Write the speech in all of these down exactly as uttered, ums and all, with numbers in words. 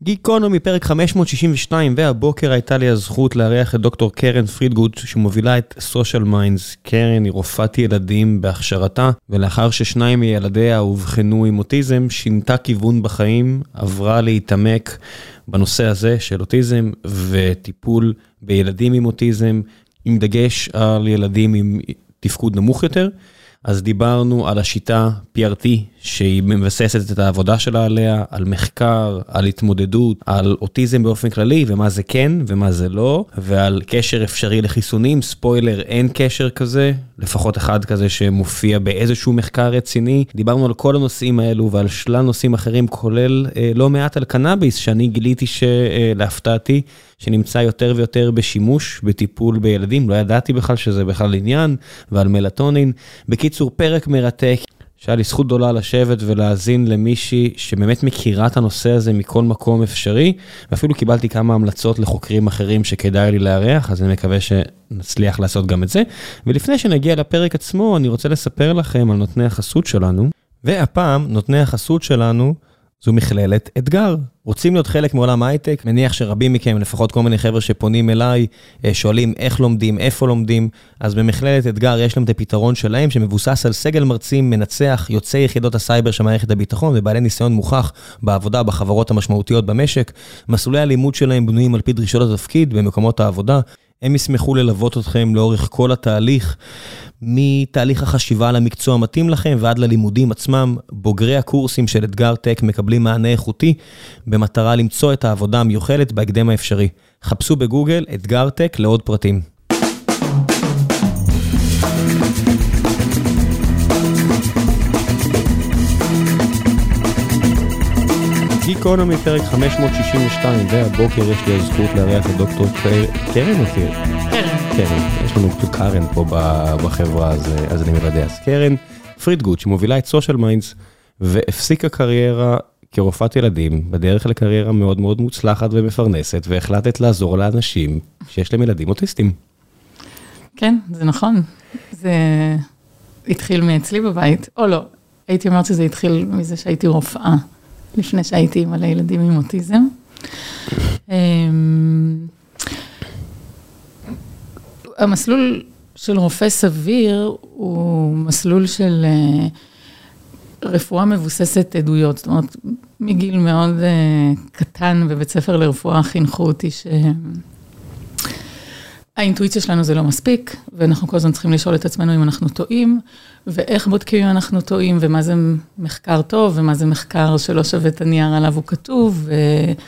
גיקונומי, פרק חמש מאות שישים ושתיים, והבוקר הייתה לי הזכות לארח את דוקטור קרן פרידגוט, שמובילה את Social Minds. קרן היא רופאת ילדים בהכשרתה, ולאחר ששניים מילדיה הובחנו עם אוטיזם, שינתה כיוון בחיים, עברה להתעמק בנושא הזה של אוטיזם, וטיפול בילדים עם אוטיזם, עם דגש על ילדים עם תפקוד נמוך יותר. אז דיברנו על השיטה פי אר טי, שהיא מבססת את העבודה שלה עליה, על מחקר, על התמודדות, על אוטיזם באופן כללי, ומה זה כן ומה זה לא, ועל קשר אפשרי לחיסונים. ספוילר, אין קשר כזה, לפחות אחד כזה שמופיע באיזשהו מחקר רציני. דיברנו על כל הנושאים האלו ועל שלל נושאים אחרים, כולל אה, לא מעט על קנאביס, שאני גיליתי שלהפתעתי, שנמצא יותר ויותר בשימוש, בטיפול בילדים. לא ידעתי בכלל שזה בכלל עניין, ועל מלטונין. בקיצור, פרק מרתק. שהיה לי זכות גדולה לשבת ולהאזין למישהי שבאמת מכירה את הנושא הזה מכל מקום אפשרי, ואפילו קיבלתי כמה המלצות לחוקרים אחרים שכדאי לי לארח, אז אני מקווה שנצליח לעשות גם את זה. ולפני שנגיע לפרק עצמו, אני רוצה לספר לכם על נותני החסות שלנו, והפעם נותני החסות שלנו זו מכללת אתגר. רוצים להיות חלק מעולם ההייטק? מניח שרבים מכם, לפחות כל מיני חבר'ה שפונים אליי, שואלים איך לומדים, איפה לומדים, אז במכללת אתגר יש להם את הפתרון שלהם, שמבוסס על סגל מרצים מנצח, יוצאי יחידות הסייבר של מערכת הביטחון, ובעלי ניסיון מוכח בעבודה בחברות המשמעותיות במשק. מסלולי הלימוד שלהם בנויים על פי דרישות התפקיד במקומות העבודה. הם ישמחו ללוות אתכם לאורך כל התהליך, מתהליך החשיבה על המקצוע המתאים לכם ועד ללימודים עצמם. בוגרי הקורסים של אתגר טק מקבלים מענה איכותי, במטרה למצוא את העבודה המיוחלת בהקדם האפשרי. חפשו בגוגל אתגר טק לעוד פרטים. גיקונומי, פרק חמש מאות שישים ושתיים, והבוקר יש לי הזכות לארח את דוקטור קרן או קרן? קרן. קרן, יש לנו פשוט קרן פה בחברה, אז אני מוודא. אז קרן פרידגוט, שמובילה את Social Minds, והפסיקה קריירה כרופאת ילדים, בדרך לקריירה מאוד מאוד מוצלחת ומפרנסת, והחלטת לעזור לאנשים שיש להם ילדים אוטיסטים. כן, זה נכון. זה התחיל מאצלי בבית, או לא, הייתי אומרת שזה התחיל מזה שהייתי רופאה. לפני שהייתי עם הילדים עם אוטיזם. המסלול של רופא סביר הוא מסלול של רפואה מבוססת עדויות. זאת אומרת, מגיל מאוד קטן בבית ספר לרפואה חינכו אותי שהאינטואיציה שלנו זה לא מספיק, ואנחנו כל הזמן צריכים לשאול את עצמנו אם אנחנו טועים, ואיך בודקים אם אנחנו טועים, ומה זה מחקר טוב, ומה זה מחקר שלא שווה את הנייר עליו הוא כתוב, ו...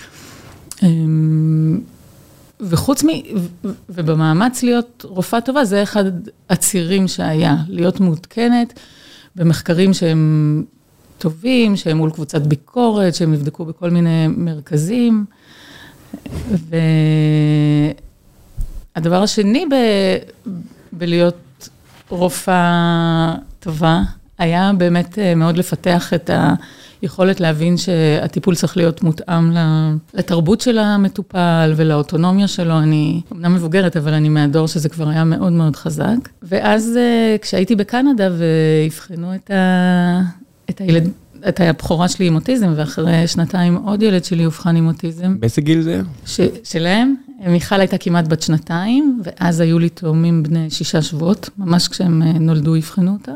וחוץ מ... ובמאמץ להיות רופאה טובה, זה אחד הצירים שהיה, להיות מעודכנת במחקרים שהם טובים, שהם מול קבוצת ביקורת, שהם נבדקו בכל מיני מרכזים, והדבר השני ב... בלהיות רופאה טובה, היה באמת מאוד לפתח את היכולת להבין שהטיפול צריך להיות מותאם לתרבות של המטופל ולאוטונומיה שלו. אני אמנם מבוגרת, אבל אני מהדור שזה כבר היה מאוד מאוד חזק. ואז כשהייתי בקנדה והבחנו את, ה... את, הילד... את הבחורה שלי עם אוטיזם, ואחרי שנתיים עוד ילד שלי הובחן עם אוטיזם. באיזה גיל זה? ש... שלהם. מיכל הייתה כמעט בת שנתיים, ואז היו לי תאומים בני שישה שבועות, ממש כשהם נולדו, הבחנו אותה.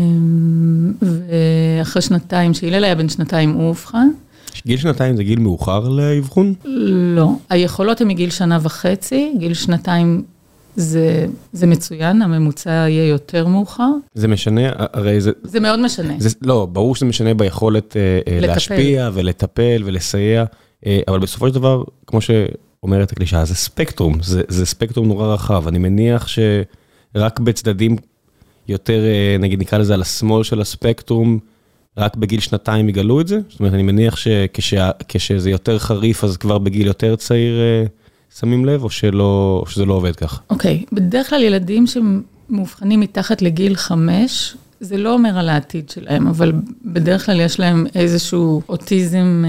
ואחרי שנתיים, שהילל היה בן שנתיים, הוא הובחן. גיל שנתיים זה גיל מאוחר לאבחון? לא. היכולות הן מגיל שנה וחצי, גיל שנתיים זה, זה מצוין, הממוצע יהיה יותר מאוחר. זה משנה, הרי זה... זה מאוד משנה. זה, לא, ברור שזה משנה ביכולת לטפל. להשפיע ולטפל ולסייע, אבל בסופו של דבר, כמו ש... אומרת הקלישה, זה ספקטרום, זה, זה ספקטרום נורא רחב. אני מניח שרק בצדדים יותר, נגיד נקרא לזה על השמאל של הספקטרום, רק בגיל שנתיים יגלו את זה. זאת אומרת, אני מניח שכשזה יותר חריף, אז כבר בגיל יותר צעיר שמים לב, או, שלא, או שזה לא עובד כך. אוקיי, בדרך כלל ילדים שמאובחנים מתחת לגיל חמש, זה לא אומר על העתיד שלהם, אבל בדרך כלל יש להם איזשהו אוטיזם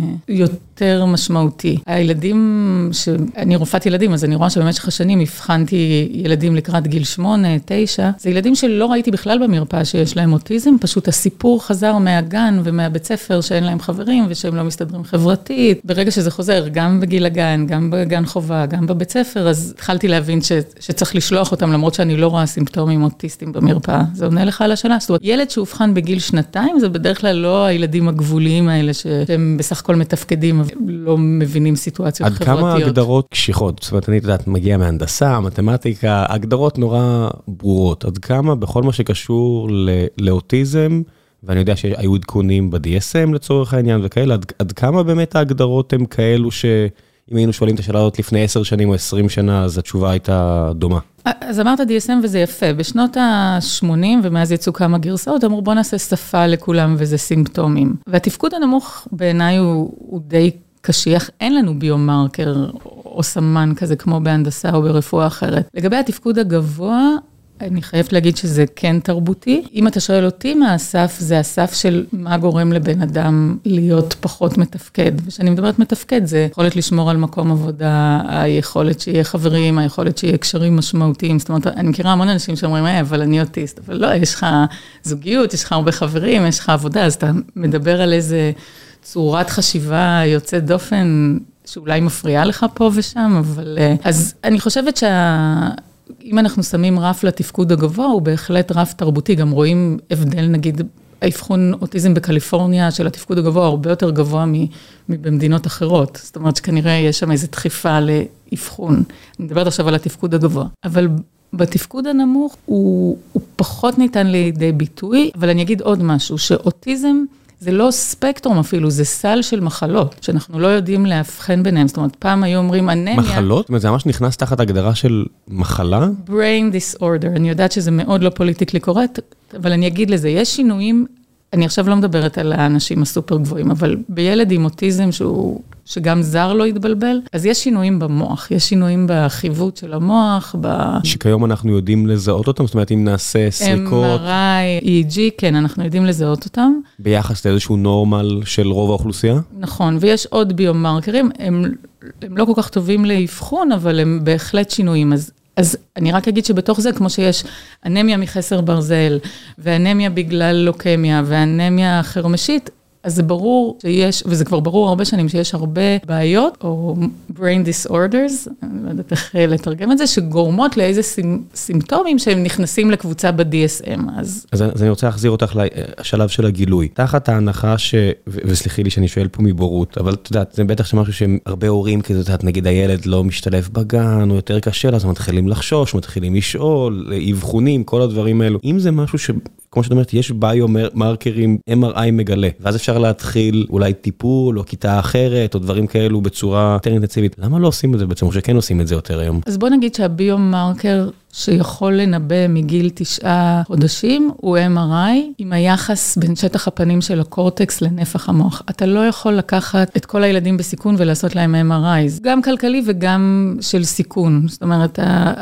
יותר משמעותי. הילדים, שאני רופאת ילדים, אז אני רואה שבמשך השנים הבחנתי ילדים לקראת גיל שמונה, תשע, זה ילדים שלא ראיתי בכלל במרפאה שיש להם אוטיזם, פשוט הסיפור חזר מהגן ומהבית ספר שאין להם חברים ושהם לא מסתדרים חברתית. ברגע שזה חוזר, גם בגיל הגן, גם בגן חובה, גם בבית ספר, אז התחלתי להבין ש, שצריך לשלוח אותם, למרות שאני לא רואה סימפטומים אוטיסטיים במרפאה. זה עונה לך על השאלה. זאת אומרת, ילד שהובחן בגיל שנתיים, זה בדרך כלל לא הילדים הגבוליים האלה, שהם בסך הכל מתפקדים, אבל לא מבינים סיטואציות עד חברתיות. כמה הגדרות קשיחות? זאת אומרת, אני יודעת, מגיע מהנדסה, מתמטיקה, הגדרות נורא ברורות. עד כמה בכל מה שקשור לאוטיזם, ואני יודע שהיו עדכונים ב-די אס אם לצורך העניין וכאלה, עד, עד כמה באמת ההגדרות הם כאלו שאם היינו שואלים את השאלה הזאת לפני עשר שנים או עשרים שנה, אז התשובה הייתה דומה. אז אמרת די אס אם וזה יפה, בשנות ה-שמונים ומאז יצאו כמה גרסאות, אמרו בוא נעשה שפה לכולם וזה סימפטומים. והתפקוד הנמוך בעיניי הוא, הוא די קשיח, אין לנו ביומרקר או סמן כזה כמו בהנדסה או ברפואה אחרת. לגבי התפקוד הגבוה, אני חייבת להגיד שזה כן תרבותי. אם אתה שואל אותי מה הסף, זה הסף של מה גורם לבן אדם להיות פחות מתפקד. ושאני מדברת מתפקד, זה יכולת לשמור על מקום עבודה, היכולת שיהיה חברים, היכולת שיהיה קשרים משמעותיים. זאת אומרת, אני מכירה המון אנשים שאומרים, אה, אבל אני אוטיסט. אבל לא, יש לך זוגיות, יש לך הרבה חברים, יש לך עבודה, אז אתה מדבר על איזה צורת חשיבה יוצאת דופן, שאולי מפריעה לך פה ושם, אבל... אז אני חושבת שה... אם אנחנו שמים רף לתפקוד הגבוה, הוא בהחלט רף תרבותי, גם רואים הבדל, נגיד, האבחון אוטיזם בקליפורניה של התפקוד הגבוה, הרבה יותר גבוה מבמדינות אחרות. זאת אומרת שכנראה יש שם איזו דחיפה לאבחון. אני מדברת עכשיו על התפקוד הגבוה. אבל בתפקוד הנמוך הוא, הוא פחות ניתן לידי ביטוי, אבל אני אגיד עוד משהו, שאוטיזם זה לא ספקטרום אפילו, זה סל של מחלות, שאנחנו לא יודעים להבחן ביניהם. זאת אומרת, פעם היו אומרים אנמיה. מחלות? זאת אומרת, זה ממש נכנס תחת הגדרה של מחלה? brain disorder. אני יודעת שזה מאוד לא פוליטיקלי קורקט, אבל אני אגיד לזה, יש שינויים, אני עכשיו לא מדברת על האנשים הסופר גבוהים, אבל בילד עם אוטיזם שהוא, שגם זר לא יתבלבל, אז יש שינויים במוח, יש שינויים בחיווט של המוח, ב... שכיום אנחנו יודעים לזהות אותם, זאת אומרת, אם נעשה סריקות... אם אר איי, אי אי ג'י, כן, אנחנו יודעים לזהות אותם. ביחס לאיזשהו נורמל של רוב האוכלוסייה? נכון, ויש עוד ביומרקרים, הם, הם לא כל כך טובים לאבחון, אבל הם בהחלט שינויים, אז... אז אני רק אגיד שבתוך זה, כמו שיש אנמיה מחסר ברזל, ואנמיה בגלל לוקמיה, ואנמיה חרמשית, אז זה ברור שיש, וזה כבר ברור הרבה שנים, שיש הרבה בעיות, או brain disorders, אני לא יודעת איך לתרגם את זה, שגורמות לאיזה סימפטומים שהם נכנסים לקבוצה ב-די אס אם. אז... אז, אז אני רוצה להחזיר אותך לשלב של הגילוי. תחת ההנחה ש... ו- וסליחי לי שאני שואל פה מבורות, אבל אתה יודעת, זה בטח שמשהו שהרבה הורים, כי אתה יודעת, נגיד הילד לא משתלב בגן, או יותר קשה, אז מתחילים לחשוש, מתחילים לשאול, אבחונים, כל הדברים האלו. אם זה משהו ש... כמו שאת אומרת, יש ביומרקרים, אם אר איי מגלה, ואז אפשר להתחיל אולי טיפול, או כיתה אחרת, או דברים כאלו בצורה יותר אינטנסיבית. למה לא עושים את זה בעצם, או שכן עושים את זה יותר היום? אז בוא נגיד שהביומרקר שיכול לנבא מגיל תשעה חודשים, הוא אם אר איי, עם היחס בין שטח הפנים של הקורטקס לנפח המוח. אתה לא יכול לקחת את כל הילדים בסיכון ולעשות להם אם אר איי. גם כלכלי וגם של סיכון. זאת אומרת,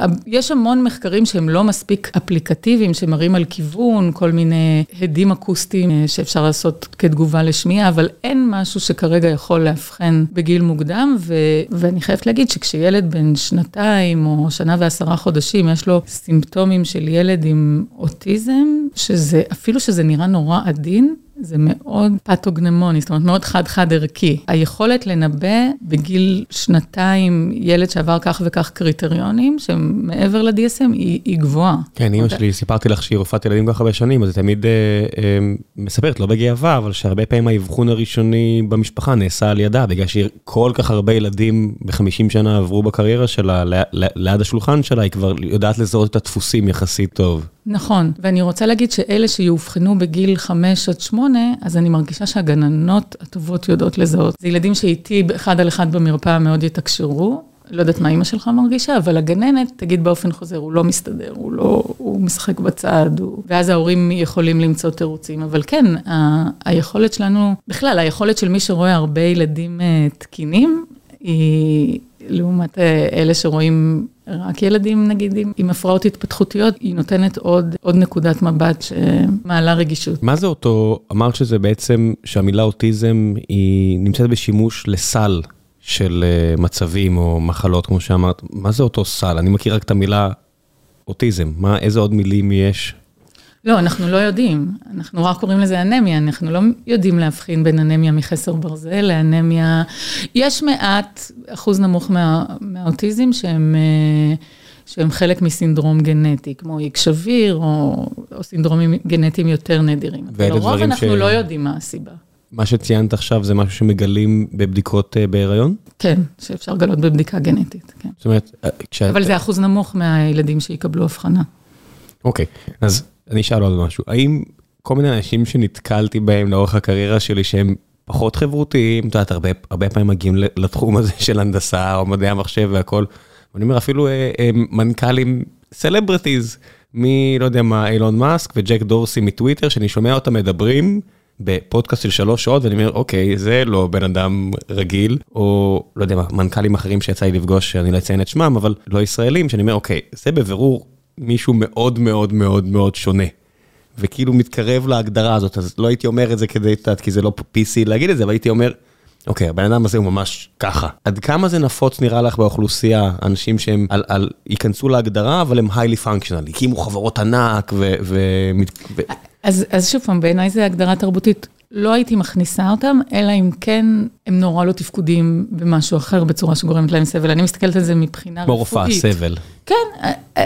יש המון מחקרים שהם לא מספיק אפליקטיביים, שמראים על כיוון, כל מיני הדים אקוסטיים שאפשר לעשות כתגובה לשמיעה, אבל אין משהו שכרגע יכול להבחן בגיל מוקדם, ו... ואני חייבת להגיד שכשילד בן שנתיים או שנה ועשרה חודשים, יש לו סימפטומים של ילד עם אוטיזם, שזה, אפילו שזה נראה נורא עדין, זה מאוד פתוגנמוני, זאת אומרת, מאוד חד-חד ערכי. היכולת לנבא בגיל שנתיים ילד שעבר כך וכך קריטריונים, שמעבר ל-די אס אם היא, היא גבוהה. כן, אמא שלי, סיפרתי לך שהיא רופאת ילדים כל כך הרבה שנים, אז היא תמיד אה, אה, מספרת, לא בגאווה, אבל שהרבה פעמים האבחון הראשוני במשפחה נעשה על ידה, בגלל שכל כך הרבה ילדים ב-חמישים שנה עברו בקריירה שלה, ליד השולחן שלה, היא כבר יודעת לזהות את הדפוסים יחסית טוב. נכון, ואני רוצה להגיד שאלה שיובחנו בגיל חמש עד שמונה, אז אני מרגישה שהגננות הטובות יודעות לזהות. זה ילדים שאיתי אחד על אחד במרפאה מאוד יתקשרו, לא יודעת מה אמא שלך מרגישה, אבל הגננת תגיד באופן חוזר, הוא לא מסתדר, הוא לא, הוא משחק בצד, הוא... ואז ההורים יכולים למצוא תירוצים, אבל כן, ה... היכולת שלנו, בכלל, היכולת של מי שרואה הרבה ילדים תקינים, היא לעומת אלה שרואים רק ילדים, נגיד, עם הפרעות התפתחותיות, היא נותנת עוד, עוד נקודת מבט שמעלה רגישות. מה זה אותו, אמרת שזה בעצם, שהמילה אוטיזם היא נמצאת בשימוש לסל של מצבים או מחלות, כמו שאמרת. מה זה אותו סל? אני מכיר רק את המילה אוטיזם. מה, איזה עוד מילים יש? לא, אנחנו לא יודעים. אנחנו רק קוראים לזה אנמיה. אנחנו לא יודעים להבחין בין אנמיה מחסר ברזל לאנמיה. יש מעט, אחוז נמוך מה, מהאוטיזם שהם, שהם חלק מסינדרום גנטי, כמו איקס שביר או, או סינדרומים גנטיים יותר נדירים. לרוב אנחנו ש... לא יודעים מה הסיבה. מה שציינת עכשיו זה משהו שמגלים בבדיקות בהיריון? כן, שאפשר לגלות בבדיקה גנטית, כן. זאת אומרת, כשה... אבל זה אחוז נמוך מהילדים שיקבלו הבחנה. אוקיי, אז אני אשאל עוד משהו. האם כל מיני אנשים שנתקלתי בהם לאורך הקריירה שלי, שהם פחות חברותיים, אתה יודעת, הרבה, הרבה פעמים מגיעים לתחום הזה של הנדסה, או מדעי המחשב והכל, ואני אומר, אפילו אה, אה, מנכ"לים, סלבריטיז, מי, לא יודע מה, אילון מאסק וג'ק דורסי מטוויטר, שאני שומע אותם מדברים בפודקאסט של שלוש שעות, ואני אומר, אוקיי, זה לא בן אדם רגיל, או לא יודע מה, מנכ"לים אחרים שיצא לי לפגוש, שאני לא אציין את שמם, אבל לא ישראלים, שאני אומר, אוקיי, זה בבירור מישהו מאוד מאוד מאוד מאוד שונה, וכאילו מתקרב להגדרה הזאת, אז לא הייתי אומר את זה כדי, כי זה לא פי סי להגיד את זה, אבל הייתי אומר, אוקיי, הבן אדם הזה הוא ממש ככה. עד כמה זה נפוץ נראה לך באוכלוסייה, אנשים שהם על, על, ייכנסו להגדרה, אבל הם highly functional, הקימו חברות ענק ו... ו, ו אז, אז שוב פעם, בעיניי זה הגדרה תרבותית. לא הייתי מכניסה אותם, אלא אם כן הם נורא לא תפקודים במשהו אחר, בצורה שגורמת להם סבל. אני מסתכלת על זה מבחינה רפואית. כמו רופאה, סבל. כן,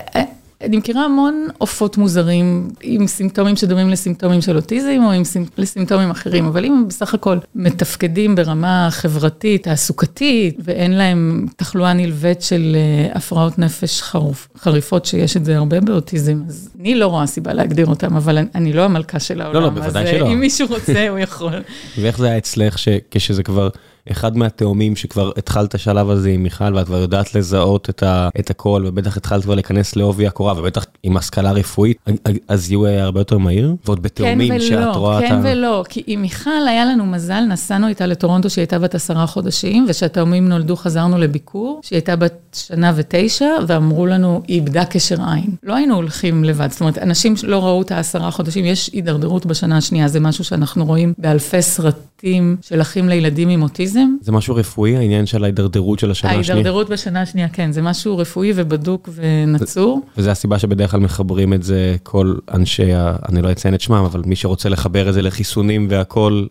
אני מכירה המון עופות מוזרים, עם סימפטומים שדומים לסימפטומים של אוטיזם, או עם לסימפטומים אחרים, אבל אם בסך הכל מתפקדים ברמה חברתית, תעסוקתית, ואין להם תחלואה נלווית של הפרעות נפש חריפות, שיש את זה הרבה באוטיזם, אז אני לא רואה סיבה להגדיר אותם, אבל אני לא המלכה של העולם. לא, לא, בוודאי שלא. אם מישהו רוצה, הוא יכול. ואיך זה היה אצלך, כשזה כבר... אחד מהתאומים שכבר התחלת את השלב הזה עם מיכל, ואת כבר יודעת לזהות את, ה, את הכל, ובטח התחלת כבר להיכנס לעובי הקורה, ובטח עם השכלה רפואית, אז יהיו הרבה יותר מהיר, ועוד בתאומים כן שאת ולא, רואה... כן ה... ולא, כי עם מיכל היה לנו מזל, נסענו איתה לטורונטו, שהיא הייתה בת עשרה חודשים, ושהתאומים נולדו, חזרנו לביקור, שהיא הייתה בת שנה ותשע, ואמרו לנו, היא איבדה קשר עין. לא היינו הולכים לבד, זאת אומרת, אנשים לא ראו את העשרה חודשים, יש הידרדרות בשנה השנייה, זה משהו שאנחנו רואים באלפי סרטים של אחים לילדים עם אוטיזם. זה משהו רפואי, העניין של ההידרדרות של השנה השנייה? ההידרדרות בשנה השנייה, כן, זה משהו רפואי ובדוק ונצור. וזה הסיבה שבדרך כלל מחברים את זה כל אנשי, אני לא אציין את שמם, אבל מי שרוצה לחבר את זה לחיסונים והכל,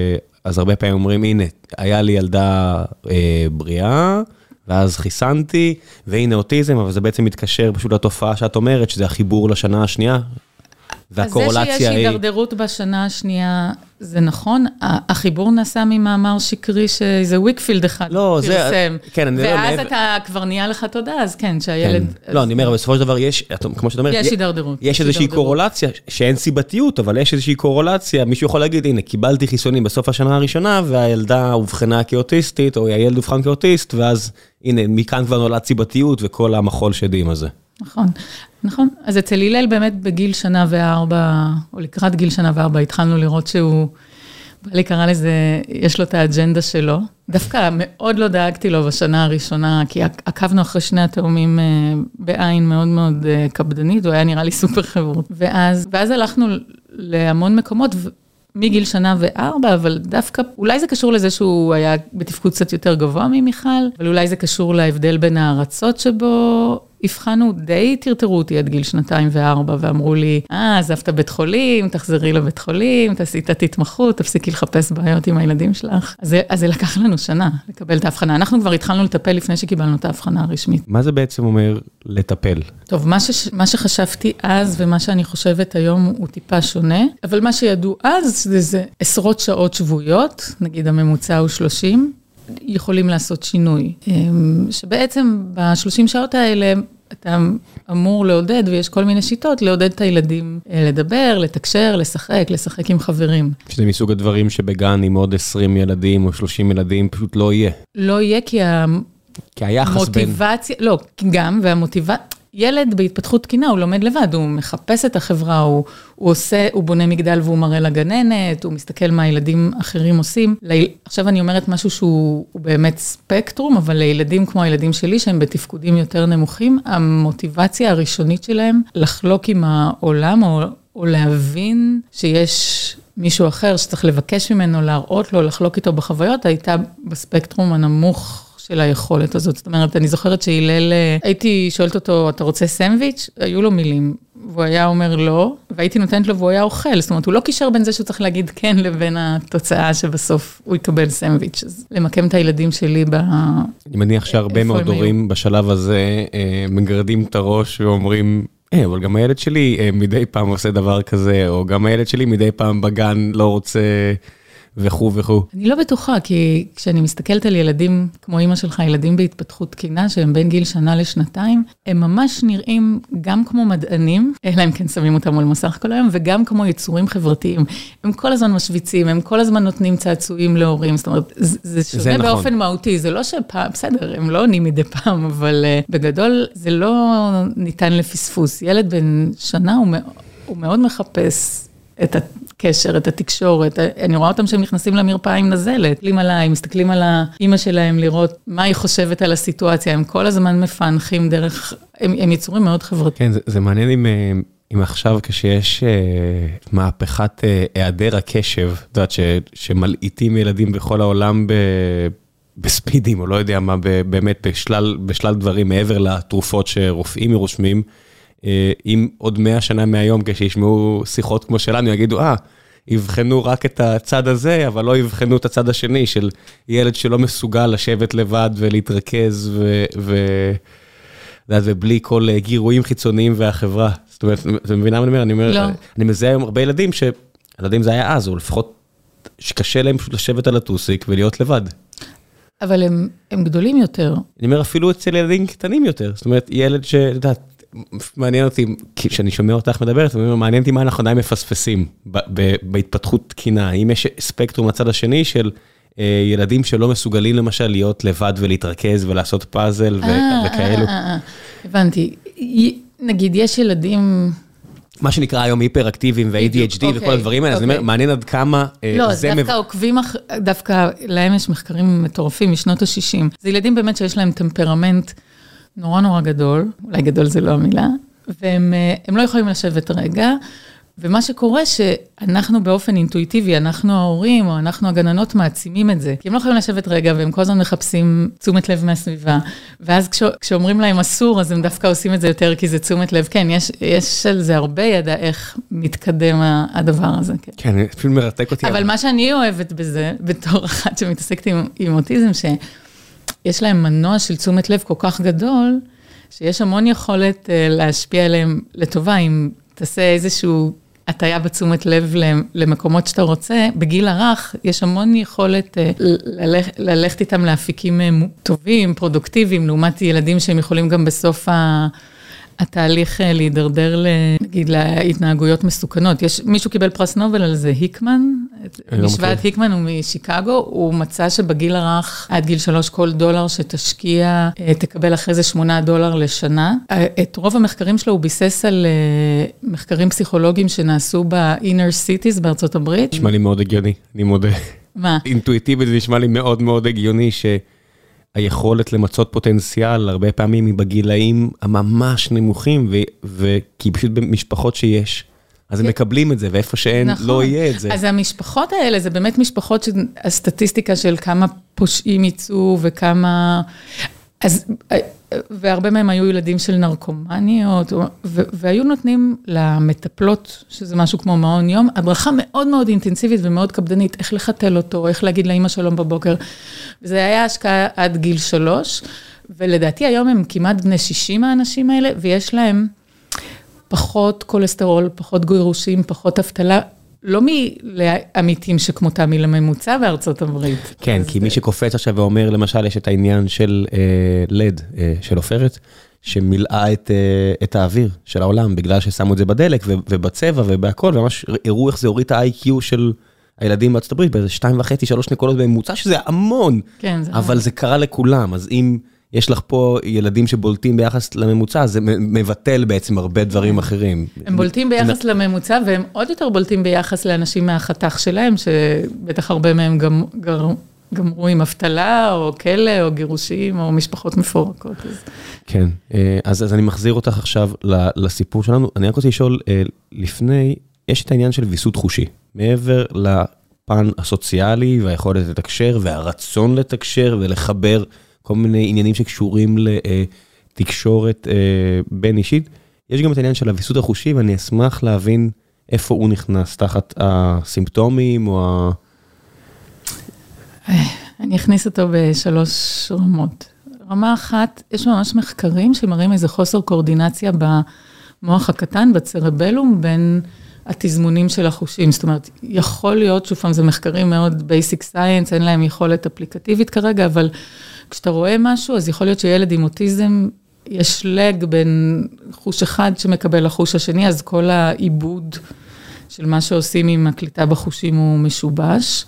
אז הרבה פעמים אומרים, הנה, היה לי ילדה בריאה, ואז חיסנתי, והנה אוטיזם, אבל זה בעצם מתקשר פשוט לתופעה שאת אומרת, שזה החיבור לשנה השנייה, והקורולציה היא... אז זה שיש הידרדרות בשנה השנייה, זה נכון, החיבור נעשה ממאמר שקרי שזה וויקפילד אחד, לא, זה... כן, אני ואז אתה כבר נהיה לך תודה, אז כן, שהילד... לא, אני אומר, בסופו של דבר יש, כמו שאת אומרת... יש הידרדרות. יש איזושהי קורולציה, שאין סיבתיות, אבל יש איזושהי קורולציה, מישהו יכול להגיד, הנה, קיבלתי חיסונים בסוף השנה הראשונה, והילדה הובחנה כאוטיסטית, או הילד הובחן כאוטיסט, ואז, הנה, מכאן כבר נולד סיבתיות, וכל המחול שדים הזה. נכון, נכון. אז אצל הלל באמת בגיל שנה וארבע, או לקראת גיל שנה וארבע, התחלנו לראות שהוא, בעלי קרא לזה, יש לו את האג'נדה שלו. דווקא מאוד לא דאגתי לו בשנה הראשונה, כי עקבנו אחרי שני התאומים בעין מאוד מאוד קפדנית, הוא היה נראה לי סופר חברות. ואז, ואז הלכנו להמון מקומות, מגיל שנה וארבע, אבל דווקא, אולי זה קשור לזה שהוא היה בתפקוד קצת יותר גבוה ממיכל, אבל אולי זה קשור להבדל בין הארצות שבו הבחנו, די טרטרו אותי עד גיל שנתיים וארבע, ואמרו לי, אה, עזבת בית חולים, תחזרי לבית חולים, תעשי את התמחות, תפסיקי לחפש בעיות עם הילדים שלך. אז, אז זה לקח לנו שנה לקבל את ההבחנה. אנחנו כבר התחלנו לטפל לפני שקיבלנו את ההבחנה הרשמית. מה זה בעצם אומר לטפל? טוב, מה, ש, מה שחשבתי אז ומה שאני חושבת היום הוא טיפה שונה, אבל מה שידעו אז זה, זה עשרות שעות שבועיות, נגיד הממוצע הוא שלושים, יכולים לעשות שינוי. שבעצם ב-שלושים שעות האלה אתה אמור לעודד, ויש כל מיני שיטות, לעודד את הילדים לדבר, לתקשר, לשחק, לשחק עם חברים. שזה מסוג הדברים שבגן עם עוד עשרים ילדים או שלושים ילדים פשוט לא יהיה. לא יהיה כי כי היחס בין... מוטיבציה, לא, גם, והמוטיבציה, ילד בהתפתחות תקינה, הוא לומד לבד, הוא מחפש את החברה, הוא, הוא עושה, הוא בונה מגדל והוא מראה לגננת, הוא מסתכל מה ילדים אחרים עושים. עכשיו אני אומרת משהו שהוא באמת ספקטרום, אבל לילדים כמו הילדים שלי, שהם בתפקודים יותר נמוכים, המוטיבציה הראשונית שלהם לחלוק עם העולם, או, או להבין שיש מישהו אחר שצריך לבקש ממנו, להראות לו, לחלוק איתו בחוויות, הייתה בספקטרום הנמוך של היכולת הזאת. זאת אומרת, אני זוכרת שהילל, הייתי שואלת אותו, אתה רוצה סנדוויץ'? היו לו מילים, והוא היה אומר לא, והייתי נותנת לו והוא היה אוכל. זאת אומרת, הוא לא קישר בין זה שהוא צריך להגיד כן, לבין התוצאה שבסוף הוא יקבל סנדוויץ'. אז למקם את הילדים שלי ב... אני מניח שהרבה מאוד הורים בשלב הזה מגרדים את הראש ואומרים, אה, אבל גם הילד שלי מדי פעם עושה דבר כזה, או גם הילד שלי מדי פעם בגן לא רוצה וכו' וכו'. אני לא בטוחה, כי כשאני מסתכלת על ילדים כמו אמא שלך, ילדים בהתפתחות תקינה, שהם בין גיל שנה לשנתיים, הם ממש נראים גם כמו מדענים, אלא הם כן שמים אותם על מסך כל היום, וגם כמו יצורים חברתיים. הם כל הזמן משוויצים, הם כל הזמן נותנים צעצועים להורים, זאת אומרת, זה שונה זה באופן נכון. מהותי, זה לא שפעם, בסדר, הם לא עונים מדי פעם, אבל uh, בגדול זה לא ניתן לפספוס. ילד בן שנה הוא, הוא מאוד מחפש את הקשר, את התקשורת. אני רואה אותם שהם נכנסים למרפאה עם נזלת, מסתכלים עליי, מסתכלים על האמא שלהם, לראות מה היא חושבת על הסיטואציה. הם כל הזמן מפענחים דרך, הם, הם יצורים מאוד חברתיים. כן, זה, זה מעניין אם, אם עכשיו כשיש uh, מהפכת uh, היעדר הקשב, את יודעת, ש, שמלעיטים ילדים בכל העולם ב... בספידים, או לא יודע מה, באמת בשלל, בשלל דברים מעבר לתרופות שרופאים רושמים, אם עוד מאה שנה מהיום, כשישמעו שיחות כמו שלנו, יגידו, אה, יבחנו רק את הצד הזה, אבל לא יבחנו את הצד השני, של ילד שלא מסוגל לשבת לבד ולהתרכז, ו... ו... ובלי כל גירויים חיצוניים והחברה. זאת אומרת, אתה מבינה מה אני אומר? אני אומר, לא. אני מזהה היום הרבה ילדים, שילדים זה היה אז, או לפחות שקשה להם לשבת על הטוסיק ולהיות לבד. אבל הם, הם גדולים יותר. אני אומר, אפילו אצל ילדים קטנים יותר. זאת אומרת, ילד ש... מעניין אותי, כשאני שומע אותך מדברת, מעניין אותי מה אנחנו עדיין מפספסים בהתפתחות תקינה. האם יש ספקטרום הצד השני של ילדים שלא מסוגלים למשל להיות לבד ולהתרכז ולעשות פאזל וכאלו? הבנתי. נגיד, יש ילדים... מה שנקרא היום היפר-אקטיביים ו-איי די אייץ' די וכל הדברים האלה, אז אני אומר, מעניין עד כמה... לא, דווקא עוקבים, דווקא להם יש מחקרים מטורפים משנות ה-שישים. זה ילדים באמת שיש להם טמפרמנט נורא נורא גדול, אולי גדול זה לא המילה, והם הם לא יכולים לשבת רגע, ומה שקורה שאנחנו באופן אינטואיטיבי, אנחנו ההורים או אנחנו הגננות מעצימים את זה, כי הם לא יכולים לשבת רגע, והם כל הזמן מחפשים תשומת לב מהסביבה, ואז כש, כשאומרים להם אסור, אז הם דווקא עושים את זה יותר, כי זה תשומת לב. כן, יש, יש על זה הרבה ידע איך מתקדם הדבר הזה. כן, כן, אפילו מרתק אותי. אבל מה שאני אוהבת בזה, בתור אחת שמתעסקת עם, עם אוטיזם, ש... יש להם מנוע של תשומת לב כל כך גדול, שיש המון יכולת להשפיע עליהם לטובה, אם תעשה איזשהו הטיה בתשומת לב למקומות שאתה רוצה, בגיל הרך יש המון יכולת ללכת, ללכת איתם להפיקים טובים, פרודוקטיביים, לעומת ילדים שהם יכולים גם בסוף ה... התהליך להידרדר, נגיד, להתנהגויות מסוכנות. יש, מישהו קיבל פרס נובל על זה, היקמן, משוואת היקמן הוא משיקגו, הוא מצא שבגיל הרך, עד גיל שלוש, כל דולר שתשקיע, תקבל אחרי זה שמונה דולר לשנה. את רוב המחקרים שלו הוא ביסס על מחקרים פסיכולוגיים שנעשו ב-inner cities בארצות הברית. נשמע לי מאוד הגיוני, אני מודה. מה? אינטואיטיבית זה נשמע לי מאוד מאוד הגיוני ש... היכולת למצות פוטנציאל, הרבה פעמים היא בגילאים הממש נמוכים, וכי פשוט במשפחות שיש, אז הם מקבלים את זה, ואיפה שאין, לא יהיה את זה. אז המשפחות האלה, זה באמת משפחות שהסטטיסטיקה של כמה פושעים ייצאו, וכמה... אז... והרבה מהם היו ילדים של נרקומניות, והיו נותנים למטפלות, שזה משהו כמו מעון יום, הדרכה מאוד מאוד אינטנסיבית ומאוד קפדנית, איך לחתל אותו, איך להגיד לאמא שלום בבוקר. וזה היה השקעה עד גיל שלוש, ולדעתי היום הם כמעט בני שישים האנשים האלה, ויש להם פחות קולסטרול, פחות גירושים, פחות אבטלה, לא מעמיתים שכמותם מלממוצע בארצות הברית. כן, כי מי שקופץ עכשיו ואומר, למשל, יש את העניין של לד, של עופרת, שמילאה את האוויר של העולם, בגלל ששמו את זה בדלק ובצבע ובהכל, וממש הראו איך זה הוריד את ה-איי קיו של הילדים בארצות הברית, באיזה שתיים וחצי, שלוש נקודות בממוצע, שזה המון, אבל זה קרה לכולם, אז אם יש לך פה ילדים שבולטים ביחס לממוצע, זה מבטל בעצם הרבה דברים אחרים. הם בולטים ביחס לממוצע, והם עוד יותר בולטים ביחס לאנשים מהחתך שלהם, שבטח הרבה מהם גם גמרו עם אבטלה, או כלא, או גירושים, או משפחות מפורקות. כן, אז, אז אני מחזיר אותך עכשיו לסיפור שלנו. אני רק רוצה לשאול, לפני, יש את העניין של ויסות חושי, מעבר לפן הסוציאלי, והיכולת לתקשר, והרצון לתקשר, ולחבר כל מיני עניינים שקשורים לתקשורת בין אישית. יש גם את העניין של הוויסות החושי, ואני אשמח להבין איפה הוא נכנס, תחת הסימפטומים, או ה... אני אכניס אותו בשלוש רמות. רמה אחת, יש ממש מחקרים שמראים איזה חוסר קואורדינציה במוח הקטן, בצרבלום, בין התזמונים של החושים. זאת אומרת, יכול להיות, שוב פעם, זה מחקרים מאוד basic science, אין להם יכולת אפליקטיבית כרגע, אבל כשאתה רואה משהו, אז יכול להיות שילד עם אוטיזם, יש לג בין חוש אחד שמקבל לחוש השני, אז כל העיבוד של מה שעושים עם הקליטה בחושים הוא משובש.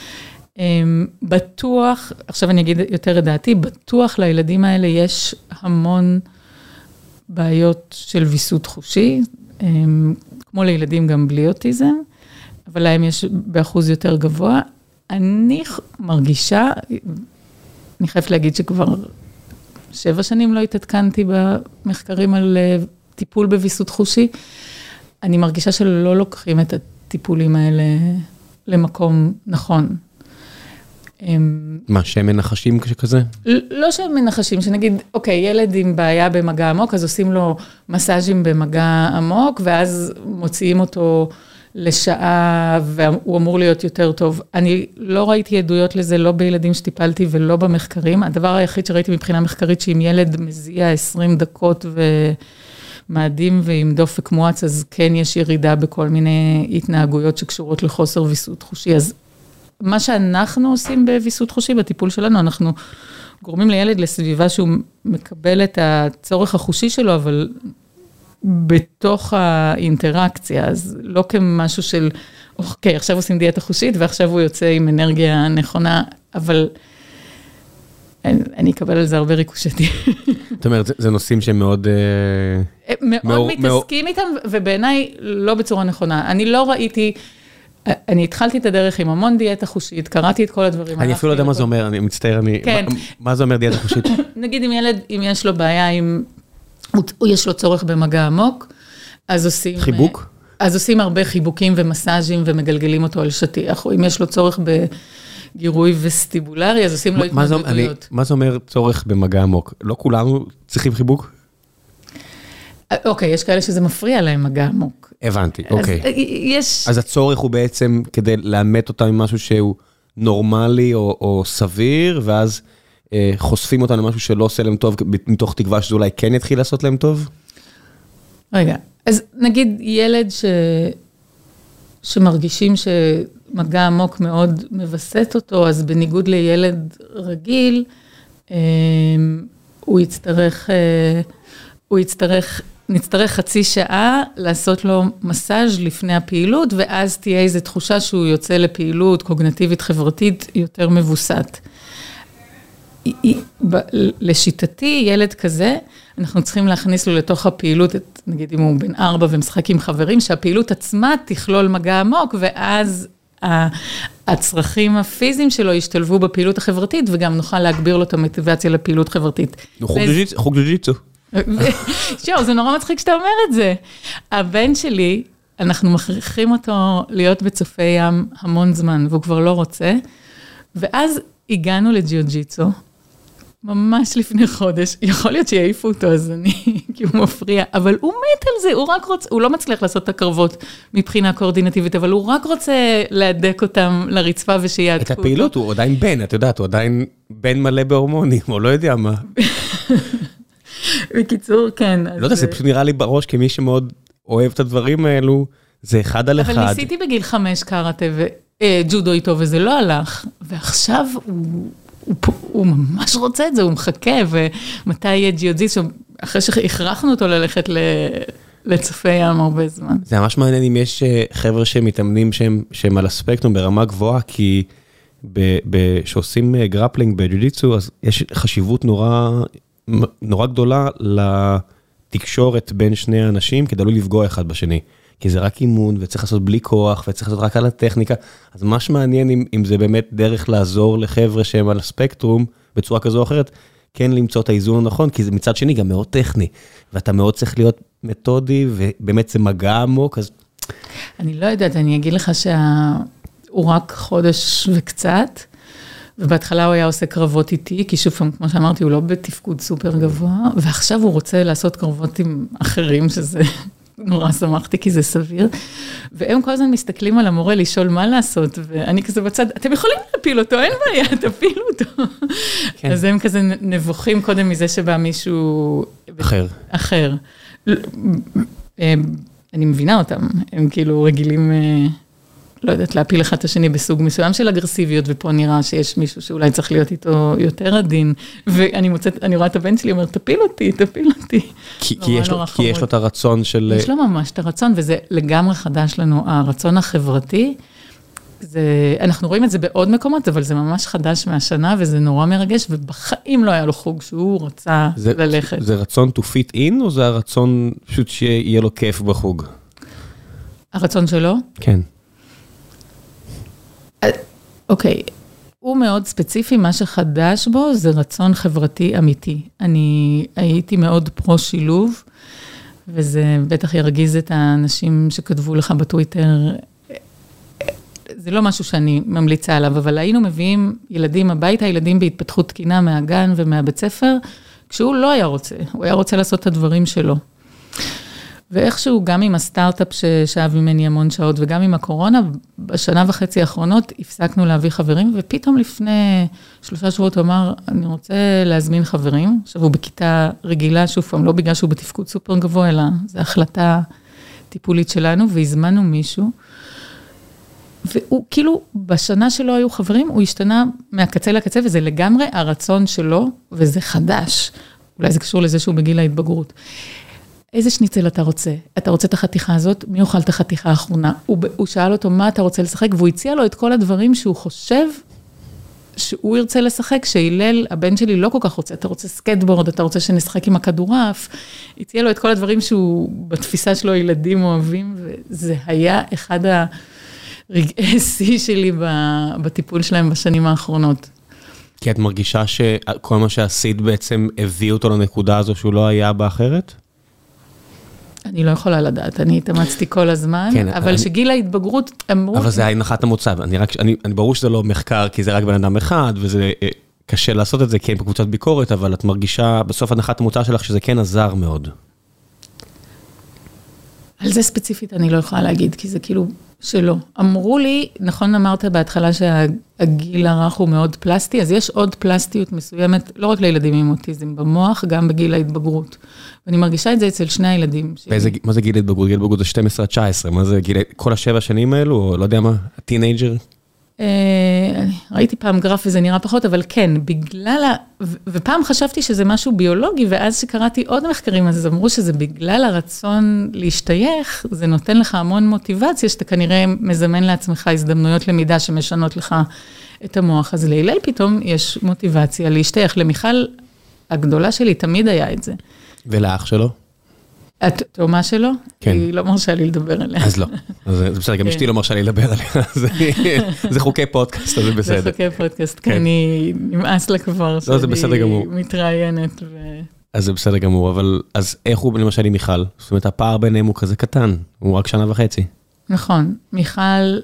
בטוח, עכשיו אני אגיד יותר את דעתי, בטוח לילדים האלה יש המון בעיות של ויסות חושי, כמו לילדים גם בלי אוטיזם, אבל להם יש באחוז יותר גבוה. אני מרגישה, אני חייבת להגיד שכבר שבע שנים לא התעדכנתי במחקרים על טיפול בוויסות חושי, אני מרגישה שלא לוקחים את הטיפולים האלה למקום נכון. מה, שהם מנחשים כזה? לא שהם מנחשים, שנגיד, אוקיי, ילד עם בעיה במגע עמוק, אז עושים לו מסאז'ים במגע עמוק, ואז מוציאים אותו לשעה, והוא אמור להיות יותר טוב. אני לא ראיתי עדויות לזה, לא בילדים שטיפלתי ולא במחקרים. הדבר היחיד שראיתי מבחינה מחקרית, שאם ילד מזיע עשרים דקות ומאדים ועם דופק מואץ, אז כן יש ירידה בכל מיני התנהגויות שקשורות לחוסר ויסות חושי. אז מה שאנחנו עושים בוויסות חושי, בטיפול שלנו, אנחנו גורמים לילד לסביבה שהוא מקבל את הצורך החושי שלו, אבל בתוך האינטראקציה, אז לא כמשהו של, אוקיי, עכשיו עושים דיאטה חושית, ועכשיו הוא יוצא עם אנרגיה נכונה, אבל אני אקבל על זה הרבה ריקושתי. זאת אומרת, זה נושאים שהם מאוד... מאוד מתעסקים איתם, ובעיניי לא בצורה נכונה. אני לא ראיתי... אני התחלתי את הדרך עם המון דיאטה חושית, קראתי את כל הדברים. אני אפילו לא יודע מה זה אומר, אני מצטער, אני... מה זה אומר דיאטה חושית? נגיד אם ילד, אם יש לו בעיה, אם יש לו צורך במגע עמוק, אז עושים... חיבוק? אז עושים הרבה חיבוקים ומסאז'ים ומגלגלים אותו על שטיח, או אם יש לו צורך בגירוי וסטיבולרי, אז עושים לו התמודדויות. מה זה אומר צורך במגע עמוק? לא כולנו צריכים חיבוק? אוקיי, יש כאלה שזה מפריע להם מגע עמוק. הבנתי, אוקיי. אז יש... אז הצורך הוא בעצם כדי לאמת אותם עם משהו שהוא נורמלי או, או סביר, ואז אה, חושפים אותם למשהו שלא עושה להם טוב, מתוך תקווה שזה אולי כן יתחיל לעשות להם טוב? רגע, אז נגיד ילד ש... שמרגישים שמגע עמוק מאוד מבסט אותו, אז בניגוד לילד רגיל, אה, הוא יצטרך... אה, הוא יצטרך... נצטרך חצי שעה לעשות לו מסאז' לפני הפעילות, ואז תהיה איזו תחושה שהוא יוצא לפעילות קוגניטיבית חברתית יותר מבוסת. לשיטתי, ילד כזה, אנחנו צריכים להכניס לו לתוך הפעילות, נגיד אם הוא בן ארבע ומשחק עם חברים, שהפעילות עצמה תכלול מגע עמוק, ואז הצרכים הפיזיים שלו ישתלבו בפעילות החברתית, וגם נוכל להגביר לו את המוטיבציה לפעילות חברתית. חוג ג'ו-ג'יטסו. שואו, זה נורא מצחיק שאתה אומר את זה. הבן שלי, אנחנו מכריחים אותו להיות בצופי ים המון זמן, והוא כבר לא רוצה, ואז הגענו לג'יו-ג'יטסו, ממש לפני חודש, יכול להיות שיעיפו אותו, אז אני, כי הוא מפריע, אבל הוא מת על זה, הוא רק רוצה, הוא לא מצליח לעשות את הקרבות מבחינה קואורדינטיבית, אבל הוא רק רוצה להדק אותם לרצפה ושיעדקו אותו. את הפעילות הוא עדיין בן, את יודעת, הוא עדיין בן מלא בהורמונים, או לא יודע מה. בקיצור, כן. לא יודע, זה פשוט נראה לי בראש, כמי שמאוד אוהב את הדברים האלו, זה אחד על אחד. אבל ניסיתי בגיל חמש קראטה וג'ודו איתו, וזה לא הלך, ועכשיו הוא... הוא, הוא ממש רוצה את זה, הוא מחכה, ומתי יהיה ג'יו-ג'יטסו, אחרי שהכרחנו אותו ללכת לצופי ים הרבה זמן. זה ממש מעניין אם יש חבר'ה שמתאמנים שהם, שהם על הספקטרום ברמה גבוהה, כי שעושים גרפלינג בג'ו-ג'יטסו, אז יש חשיבות נורא, נורא גדולה לתקשורת בין שני האנשים, כדי לא לפגוע אחד בשני. כי זה רק אימון, וצריך לעשות בלי כוח, וצריך לעשות רק על הטכניקה. אז מה שמעניין אם, אם זה באמת דרך לעזור לחבר'ה שהם על הספקטרום, בצורה כזו או אחרת, כן למצוא את האיזון הנכון, כי זה מצד שני גם מאוד טכני, ואתה מאוד צריך להיות מתודי, ובאמת זה מגע עמוק, אז... אני לא יודעת, אני אגיד לך שהוא רק חודש וקצת, ובהתחלה הוא היה עושה קרבות איתי, כי שוב פעם, כמו שאמרתי, הוא לא בתפקוד סופר גבוה, ועכשיו הוא רוצה לעשות קרבות עם אחרים, שזה נורא שמחתי, כי זה סביר, והם כל הזמן מסתכלים על המורה לשאול מה לעשות, ואני כזה בצד, אתם יכולים להפיל אותו, אין בעיה, תפילו אותו. כן. אז הם כזה נבוכים קודם מזה שבא מישהו... אחר. אחר. אני מבינה אותם, הם כאילו רגילים, לא יודעת, להפיל אחד את השני בסוג מסוים של אגרסיביות, ופה נראה שיש מישהו שאולי צריך להיות איתו יותר עדין, ואני מוצאת, אני רואה את הבן שלי, אומר, תפיל אותי, תפיל אותי. כי, כי, יש, לו, כי יש לו את הרצון של... יש לו ממש את הרצון, וזה לגמרי חדש לנו, הרצון החברתי, זה, אנחנו רואים את זה בעוד מקומות, אבל זה ממש חדש מהשנה, וזה נורא מרגש, ובחיים לא היה לו חוג שהוא רצה זה, ללכת. זה רצון to fit in, או זה הרצון פשוט שיהיה לו כיף בחוג? הרצון שלו? כן. אוקיי, הוא מאוד ספציפי, מה שחדש בו זה רצון חברתי אמיתי. אני הייתי מאוד פרו שילוב, וזה בטח ירגיז את האנשים שכתבו לך בטוויטר, זה לא משהו שאני ממליצה עליו, אבל היינו מביאים ילדים הביתה, ילדים בהתפתחות תקינה מהגן ומהבית ספר, כשהוא לא היה רוצה, הוא היה רוצה לעשות את הדברים שלו. ואיכשהו גם עם הסטארט-אפ ששאב ממני המון שעות, וגם עם הקורונה, בשנה וחצי האחרונות הפסקנו להביא חברים, ופתאום לפני שלושה שבועות הוא אמר, אני רוצה להזמין חברים, עכשיו הוא בכיתה רגילה, שוב פעם, לא בגלל שהוא בתפקוד סופר גבוה, אלא זו החלטה טיפולית שלנו, והזמנו מישהו, והוא כאילו, בשנה שלו היו חברים, הוא השתנה מהקצה לקצה, וזה לגמרי הרצון שלו, וזה חדש. אולי זה קשור לזה שהוא בגיל ההתבגרות. איזה שניצל אתה רוצה? אתה רוצה את החתיכה הזאת? מי אוכל את החתיכה האחרונה? הוא, הוא שאל אותו מה אתה רוצה לשחק, והוא הציע לו את כל הדברים שהוא חושב, שהוא ירצה לשחק, שהילל, הבן שלי לא כל כך רוצה, אתה רוצה סקטבורד, אתה רוצה שנשחק עם הכדורף, הציע לו את כל הדברים שהוא, בתפיסה שלו, ילדים אוהבים, וזה היה אחד הרגעי שיא שלי בטיפול שלהם בשנים האחרונות. כי את מרגישה שכל מה שעשית בעצם הביא אותו לנקודה הזו שהוא לא היה באחרת? אני לא יכולה לדעת, אני התאמצתי כל הזמן, כן, אבל אני... שגיל ההתבגרות אמרו... אבל זה הנחת המוצא, אני, רק, אני, אני ברור שזה לא מחקר, כי זה רק בן אדם אחד, וזה קשה לעשות את זה, כי אין בקבוצת ביקורת, אבל את מרגישה בסוף הנחת המוצא שלך, שזה כן עזר מאוד. על זה ספציפית אני לא יכולה להגיד, כי זה כאילו שלא. אמרו לי, נכון אמרת בהתחלה שהגיל הרך הוא מאוד פלסטי, אז יש עוד פלסטיות מסוימת, לא רק לילדים עם אוטיזם, במוח, גם בגיל ההתבגרות. ואני מרגישה את זה אצל שני הילדים. באיזה, מה זה גיל ההתבגרות? גיל ההתבגרות זה שתים עשרה תשע עשרה, מה זה גיל, כל השבע שנים האלו, או לא יודע מה, הטינאג'ר? ראיתי פעם גרף וזה נראה פחות, אבל כן, בגלל, ה... ופעם חשבתי שזה משהו ביולוגי, ואז שקראתי עוד מחקרים, אז אמרו שזה בגלל הרצון להשתייך, זה נותן לך המון מוטיבציה, שאתה כנראה מזמן לעצמך הזדמנויות למידה שמשנות לך את המוח, אז להילל פתאום יש מוטיבציה להשתייך. למיכל הגדולה שלי תמיד היה את זה. ולאח שלו? התאומה שלו? כן. היא לא מרשה לי לדבר עליה. אז לא. אז זה בסדר, גם אשתי לא מרשה לי לדבר עליה. זה חוקי פודקאסט, אז זה בסדר. זה חוקי פודקאסט, כי אני נמאס לה כבר. לא, זה בסדר גמור. מתראיינת. אז זה בסדר גמור, אבל אז איך הוא למשל עם מיכל? זאת אומרת, הפער ביניהם הוא כזה קטן, הוא רק שנה וחצי. נכון. מיכל,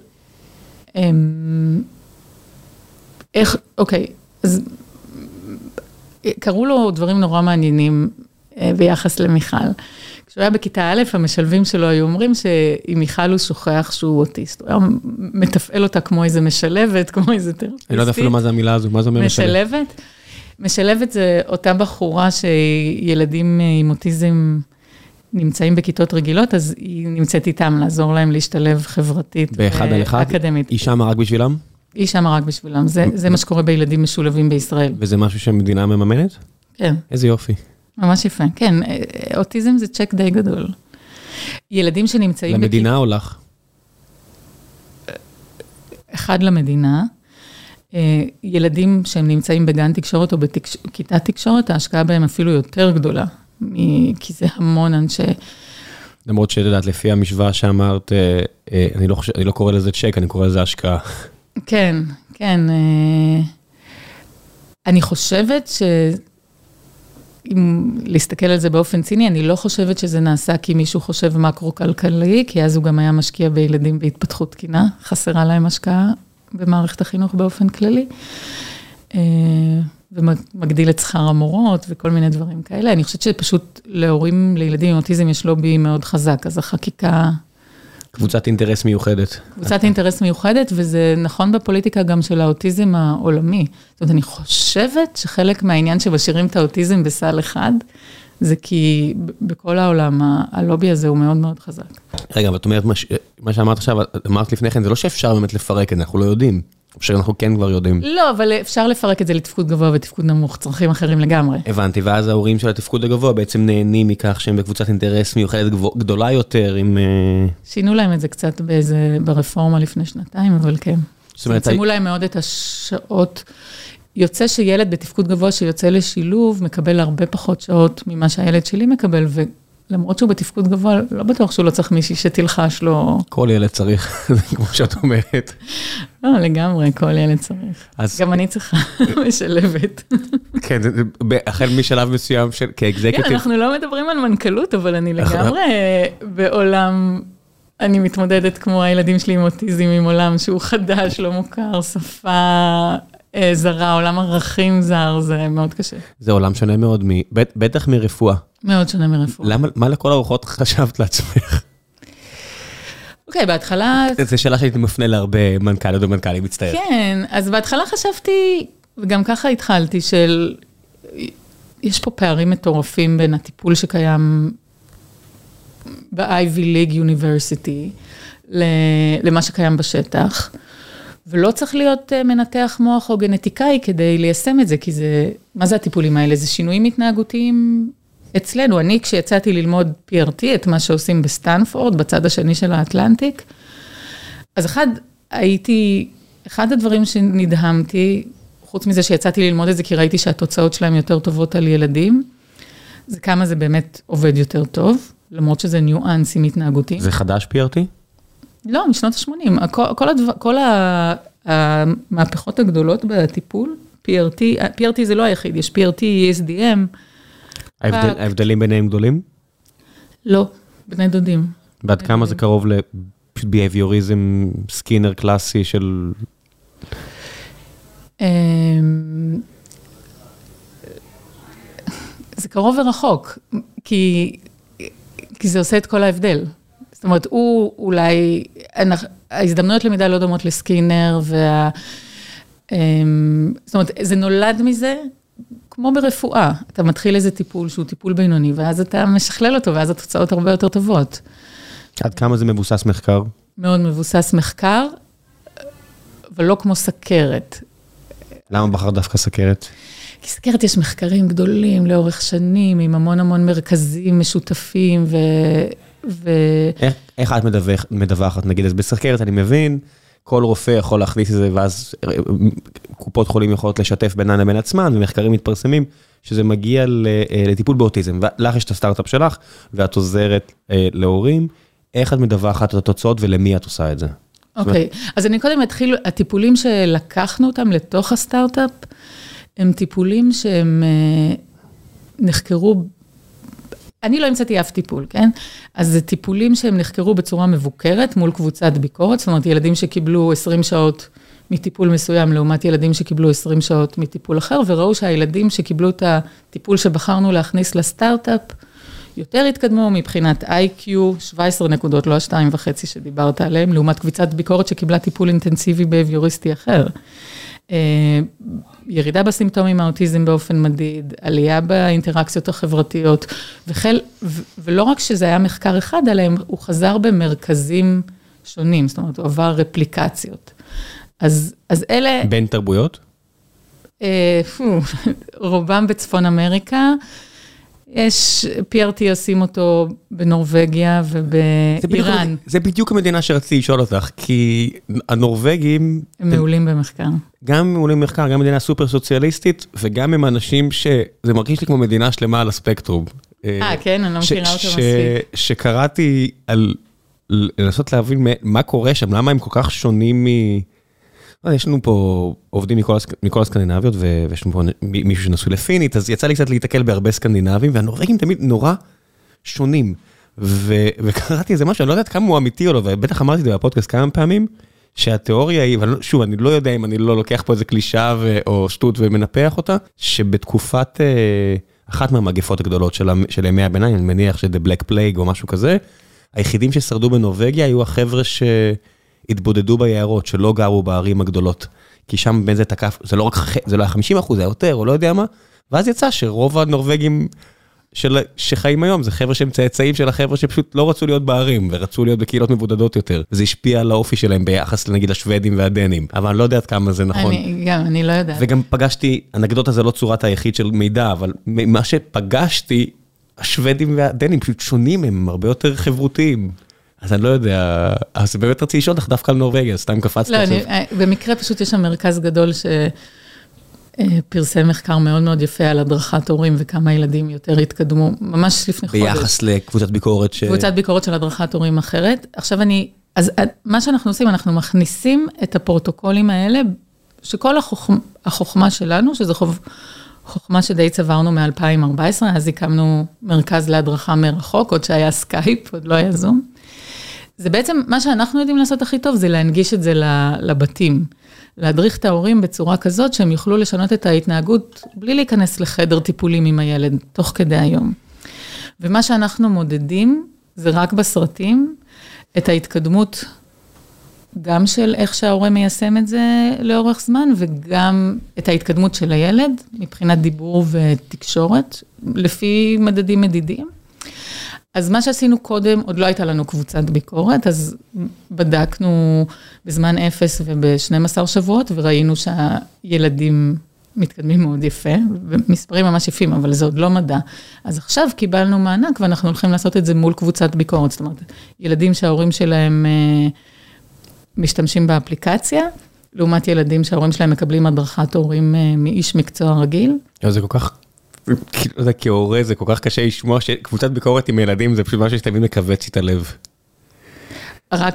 איך, אוקיי, אז קראו לו דברים נורא מעניינים ביחס למיכל. כשהוא היה בכיתה א', המשלבים שלו היו אומרים שעם מיכל הוא שוכח שהוא אוטיסט. הוא היה מתפעל אותה כמו איזה משלבת, כמו איזה תרפיסטית. אני לא יודע אפילו מה זה המילה הזו, מה זה אומר משלבת? משלבת? משלבת זה אותה בחורה שילדים עם אוטיזם נמצאים בכיתות רגילות, אז היא נמצאת איתם לעזור להם להשתלב חברתית באחד על אחד? אקדמית. היא שמה רק בשבילם? היא שמה רק בשבילם. זה, זה מה שקורה בילדים משולבים בישראל. וזה משהו שהמדינה מממנת? כן. איזה יופי. ממש יפה, כן, אוטיזם זה צ'ק די גדול. ילדים שנמצאים... למדינה או לך? אחד למדינה. ילדים שהם נמצאים בגן תקשורת או בכיתת תקשורת, ההשקעה בהם אפילו יותר גדולה, כי זה המון אנשי... למרות שתדעת, לפי המשוואה שאמרת, אני לא חושב, אני לא קורא לזה צ'ק, אני קורא לזה השקעה. כן, כן. אני חושבת ש... אם להסתכל על זה באופן ציני, אני לא חושבת שזה נעשה כי מישהו חושב מקרו-כלכלי, כי אז הוא גם היה משקיע בילדים בהתפתחות תקינה, חסרה להם השקעה במערכת החינוך באופן כללי, ומגדיל את שכר המורות וכל מיני דברים כאלה. אני חושבת שפשוט להורים, לילדים עם אוטיזם יש לובי מאוד חזק, אז החקיקה... קבוצת אינטרס מיוחדת. קבוצת אינטרס מיוחדת, וזה נכון בפוליטיקה גם של האוטיזם העולמי. זאת אומרת, אני חושבת שחלק מהעניין שמשאירים את האוטיזם בסל אחד, זה כי בכל העולם הלובי הזה הוא מאוד מאוד חזק. רגע, אבל את אומרת, מה שאמרת עכשיו, אמרת לפני כן, זה לא שאפשר באמת לפרק את זה, אנחנו לא יודעים. שאנחנו כן כבר יודעים. לא, אבל אפשר לפרק את זה לתפקוד גבוה ותפקוד נמוך, צרכים אחרים לגמרי. הבנתי, ואז ההורים של התפקוד הגבוה בעצם נהנים מכך שהם בקבוצת אינטרס מיוחדת גדולה יותר עם... שינו להם את זה קצת באיזה, ברפורמה לפני שנתיים, אבל כן. צמצמו להם מאוד את השעות. יוצא שילד בתפקוד גבוה שיוצא לשילוב, מקבל הרבה פחות שעות ממה שהילד שלי מקבל, ולמרות שהוא בתפקוד גבוה, לא בטוח שהוא לא צריך מישהי שתלחש לו. כל ילד צריך, כמו שאת אומרת. לא, לגמרי, כל ילד צריך. גם אני צריכה משלבת. כן, החל משלב מסוים של, כאקזקטיב. כן, אנחנו לא מדברים על מנכ"לות, אבל אני לגמרי בעולם, אני מתמודדת כמו הילדים שלי עם אוטיזם, עם עולם שהוא חדש, לא מוכר, שפה זרה, עולם ערכים זר, זה מאוד קשה. זה עולם שונה מאוד, בטח מרפואה. מאוד שונה מרפואה. מה לכל הרוחות חשבת לעצמך? אוקיי, בהתחלה... זו שאלה שהייתי מפנה להרבה מנכ"ליות ומנכ"לים, מצטער. כן, אז בהתחלה חשבתי, וגם ככה התחלתי, של... יש פה פערים מטורפים בין הטיפול שקיים ב-Ivy League University, למה שקיים בשטח, ולא צריך להיות מנתח מוח או גנטיקאי כדי ליישם את זה, כי זה... מה זה הטיפולים האלה? זה שינויים התנהגותיים... אצלנו, אני כשיצאתי ללמוד פי אר טי, את מה שעושים בסטנפורד, בצד השני של האטלנטיק, אז אחד, הייתי, אחד הדברים שנדהמתי, חוץ מזה שיצאתי ללמוד את זה, כי ראיתי שהתוצאות שלהם יותר טובות על ילדים, זה כמה זה באמת עובד יותר טוב, למרות שזה ניואנסים התנהגותיים. זה חדש פי אר טי? לא, משנות ה-שמונים. כל, כל, הדבר, כל המהפכות הגדולות בטיפול, פי אר טי, פי אר טי זה לא היחיד, יש פי אר טי, אס די אם, ההבדלים ביניהם גדולים? לא, בני דודים. ועד כמה זה קרוב לביהביוריזם סקינר קלאסי של... זה קרוב ורחוק, כי זה עושה את כל ההבדל. זאת אומרת, הוא אולי, ההזדמנויות למידה לא דומות לסקינר, וה... זאת אומרת, זה נולד מזה, כמו ברפואה, אתה מתחיל איזה טיפול שהוא טיפול בינוני, ואז אתה משכלל אותו, ואז התוצאות הרבה יותר טובות. עד כמה זה מבוסס מחקר? מאוד מבוסס מחקר, אבל לא כמו סכרת. למה בחר דווקא סכרת? כי סכרת יש מחקרים גדולים לאורך שנים, עם המון המון מרכזים משותפים, ו... ו... איך, איך את מדווח, מדווחת? נגיד, אז בסכרת אני מבין, כל רופא יכול להכניס את זה, ואז קופות חולים יכולות לשתף בינן לבין עצמן, ומחקרים מתפרסמים, שזה מגיע לטיפול באוטיזם. ולך יש את הסטארט-אפ שלך, ואת עוזרת להורים. איך את מדווחת את התוצאות, ולמי את עושה את זה? אוקיי, אז אני קודם אתחיל, הטיפולים שלקחנו אותם לתוך הסטארט-אפ, הם טיפולים שהם נחקרו, אני לא המצאתי אף טיפול, כן? אז זה טיפולים שהם נחקרו בצורה מבוקרת מול קבוצת ביקורת, זאת אומרת, ילדים שקיבלו עשרים שעות מטיפול מסוים, לעומת ילדים שקיבלו עשרים שעות מטיפול אחר, וראו שהילדים שקיבלו את הטיפול שבחרנו להכניס לסטארט-אפ, יותר התקדמו מבחינת איי קיו, שבע עשרה נקודות, לא השתיים וחצי שדיברת עליהם, לעומת קבוצת ביקורת שקיבלה טיפול אינטנסיבי בהביוריסטי אחר. ירידה בסימפטומים האוטיזם באופן מדיד, עלייה באינטראקציות החברתיות, וחל, ו, ולא רק שזה היה מחקר אחד עליהם, הוא חזר במרכזים שונים, זאת אומרת, הוא עבר רפליקציות. אז, אז אלה... בין תרבויות? אה, פו, רובם בצפון אמריקה, יש, פי אר טי עושים אותו בנורווגיה ובאיראן. זה בדיוק המדינה שרציתי לשאול אותך, כי הנורווגים... הם מעולים במחקר. גם מעולים במחקר, גם מדינה סופר סוציאליסטית, וגם הם אנשים שזה מרגיש לי כמו מדינה שלמה על הספקטרום. אה, כן, אני לא מכירה אותה מספיק. שקראתי על לנסות להבין מה קורה שם, למה הם כל כך שונים מ... יש לנו פה עובדים מכל הסקנדינביות, ויש לנו פה מישהו שנשוי לפינית, אז יצא לי קצת להתקל בהרבה סקנדינבים, והנורווגים תמיד נורא שונים. וקראתי איזה משהו, אני לא יודעת כמה הוא אמיתי או לא, ובטח אמרתי את זה בפודקאסט כמה פעמים, שהתיאוריה היא, שוב, אני לא יודע אם אני לא לוקח פה איזה קלישה או שטות ומנפח אותה, שבתקופת אחת מהמגפות הגדולות של ימי הביניים, אני מניח שזה Black Plague או משהו כזה, היחידים ששרדו בנורווגיה היו החבר'ה שהתבודדו ביערות, שלא גרו בערים הגדולות. כי שם בין זה תקף, זה לא רק, זה לא היה חמישים אחוז, זה היה יותר, או לא יודע מה. ואז יצא שרוב הנורווגים של, שחיים היום, זה חבר'ה שהם צאצאים של החבר'ה שפשוט לא רצו להיות בערים, ורצו להיות בקהילות מבודדות יותר. זה השפיע על האופי שלהם ביחס לנגיד השוודים והדנים. אבל אני לא יודעת כמה זה נכון. אני, גם, אני לא יודעת. וגם פגשתי, אנקדוטה זה לא צורת היחיד של מידע, אבל מה שפגשתי, השוודים והדנים פשוט שונים, הם הרבה יותר חברותיים. אז אני לא יודע, אז באמת רציתי לשאול לך דווקא על נורווגיה, סתם קפצתי. לא, אני, במקרה פשוט יש שם מרכז גדול שפרסם מחקר מאוד מאוד יפה על הדרכת הורים, וכמה ילדים יותר התקדמו, ממש לפני חודש. ביחס לקבוצת ביקורת ש... קבוצת ביקורת של הדרכת הורים אחרת. עכשיו אני, אז מה שאנחנו עושים, אנחנו מכניסים את הפרוטוקולים האלה, שכל החוכמה, החוכמה שלנו, שזה חוב... חוכמה שדי צברנו מ-אלפיים וארבע עשרה, אז הקמנו מרכז להדרכה מרחוק, עוד שהיה סקייפ, עוד לא היה זום. זה בעצם, מה שאנחנו יודעים לעשות הכי טוב, זה להנגיש את זה לבתים. להדריך את ההורים בצורה כזאת, שהם יוכלו לשנות את ההתנהגות, בלי להיכנס לחדר טיפולים עם הילד, תוך כדי היום. ומה שאנחנו מודדים, זה רק בסרטים, את ההתקדמות, גם של איך שההורה מיישם את זה לאורך זמן, וגם את ההתקדמות של הילד, מבחינת דיבור ותקשורת, לפי מדדים מדידים. אז מה שעשינו קודם, עוד לא הייתה לנו קבוצת ביקורת, אז בדקנו בזמן אפס וב-שנים עשר שבועות, וראינו שהילדים מתקדמים מאוד יפה, ומספרים ממש יפים, אבל זה עוד לא מדע. אז עכשיו קיבלנו מענק, ואנחנו הולכים לעשות את זה מול קבוצת ביקורת. זאת אומרת, ילדים שההורים שלהם משתמשים באפליקציה, לעומת ילדים שההורים שלהם מקבלים הדרכת הורים מאיש מקצוע רגיל. זה כל כך, כהורה, זה כל כך קשה לשמוע שקבוצת ביקורת עם ילדים, זה פשוט משהו שתמיד מקווץ את הלב. רק...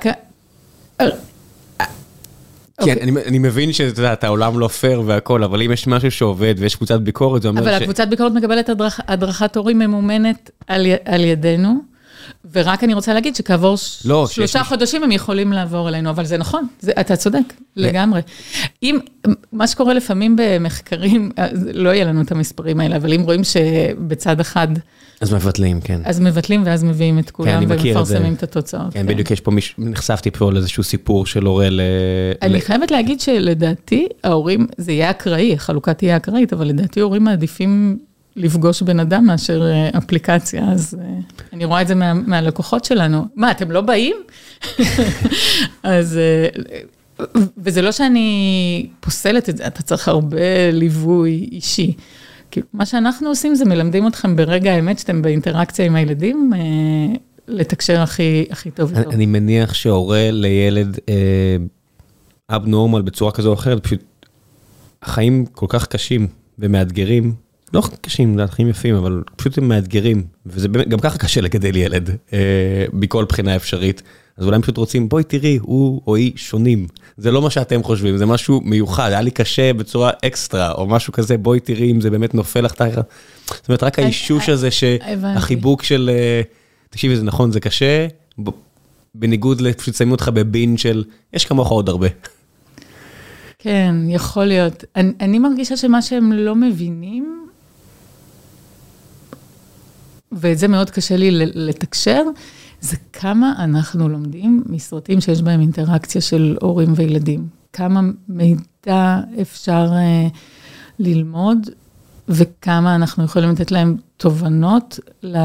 כן, אני מבין שאתה העולם לא פייר והכל, אבל אם יש משהו שעובד ויש קבוצת ביקורת, זה אומר ש... אבל הקבוצת ביקורת מקבלת הדרכת הורים ממומנת על ידינו, ורק אני רוצה להגיד שכעבור שלושה חודשים הם יכולים לעבור אלינו, אבל זה נכון, אתה צודק, לגמרי. אם, מה שקורה לפעמים במחקרים, לא יהיה לנו את המספרים האלה, אבל אם רואים שבצד אחד... אז מבטלים, כן. אז מבטלים ואז מביאים את כולם ומפרסמים את התוצאות. כן, בדיוק יש פה, נחשפתי פה לאיזשהו סיפור של הורה ל... אני חייבת להגיד שלדעתי, ההורים, זה יהיה אקראי, החלוקה תהיה אקראית, אבל לדעתי ההורים מעדיפים לפגוש בן אדם מאשר אפליקציה, אז אני רואה את זה מה, מהלקוחות שלנו. מה, אתם לא באים? אז, וזה לא שאני פוסלת את זה, אתה צריך הרבה ליווי אישי. כי מה שאנחנו עושים זה מלמדים אתכם ברגע האמת, שאתם באינטראקציה עם הילדים, לתקשר הכי, הכי טוב וטוב. אני מניח שהורה לילד אבנורמל בצורה כזו או אחרת, פשוט החיים כל כך קשים ומאתגרים, לא קשים, זה חיים יפים, אבל פשוט הם מאתגרים, וזה באמת, גם ככה קשה לגדל ילד, בכל בחינה אפשרית, אז אולי הם פשוט רוצים, בואי תראי, הוא או היא שונים, זה לא מה שאתם חושבים, זה משהו מיוחד, היה לי קשה בצורה אקסטרה, או משהו כזה, בואי תראי אם זה באמת נופל לך תחת, זאת אומרת, רק האישוש הזה, שהחיבוק של, תקשיבי, זה נכון, זה קשה, בניגוד לפשוט שמים אותך בבין של, יש כמוך עוד הרבה. כן, יכול להיות. אני, אני מרגישה שמה שהם לא מבינים, ואת זה מאוד קשה לי לתקשר, זה כמה אנחנו לומדים מסרטים שיש בהם אינטראקציה של הורים וילדים. כמה מידע אפשר uh, ללמוד, וכמה אנחנו יכולים לתת להם תובנות ל,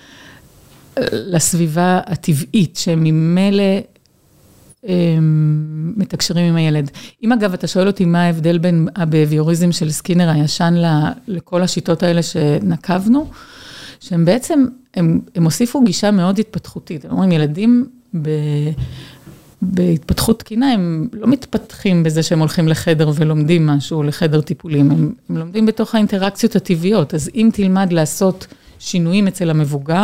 לסביבה הטבעית, שהם ממילא מתקשרים עם הילד. אם אגב, אתה שואל אותי מה ההבדל בין הבהביוריזם של סקינר הישן לכל השיטות האלה שנקבנו, שהם בעצם, הם, הם הוסיפו גישה מאוד התפתחותית. הם אומרים, ילדים ב, בהתפתחות תקינה, הם לא מתפתחים בזה שהם הולכים לחדר ולומדים משהו, לחדר טיפולים, הם, הם לומדים בתוך האינטראקציות הטבעיות, אז אם תלמד לעשות שינויים אצל המבוגר,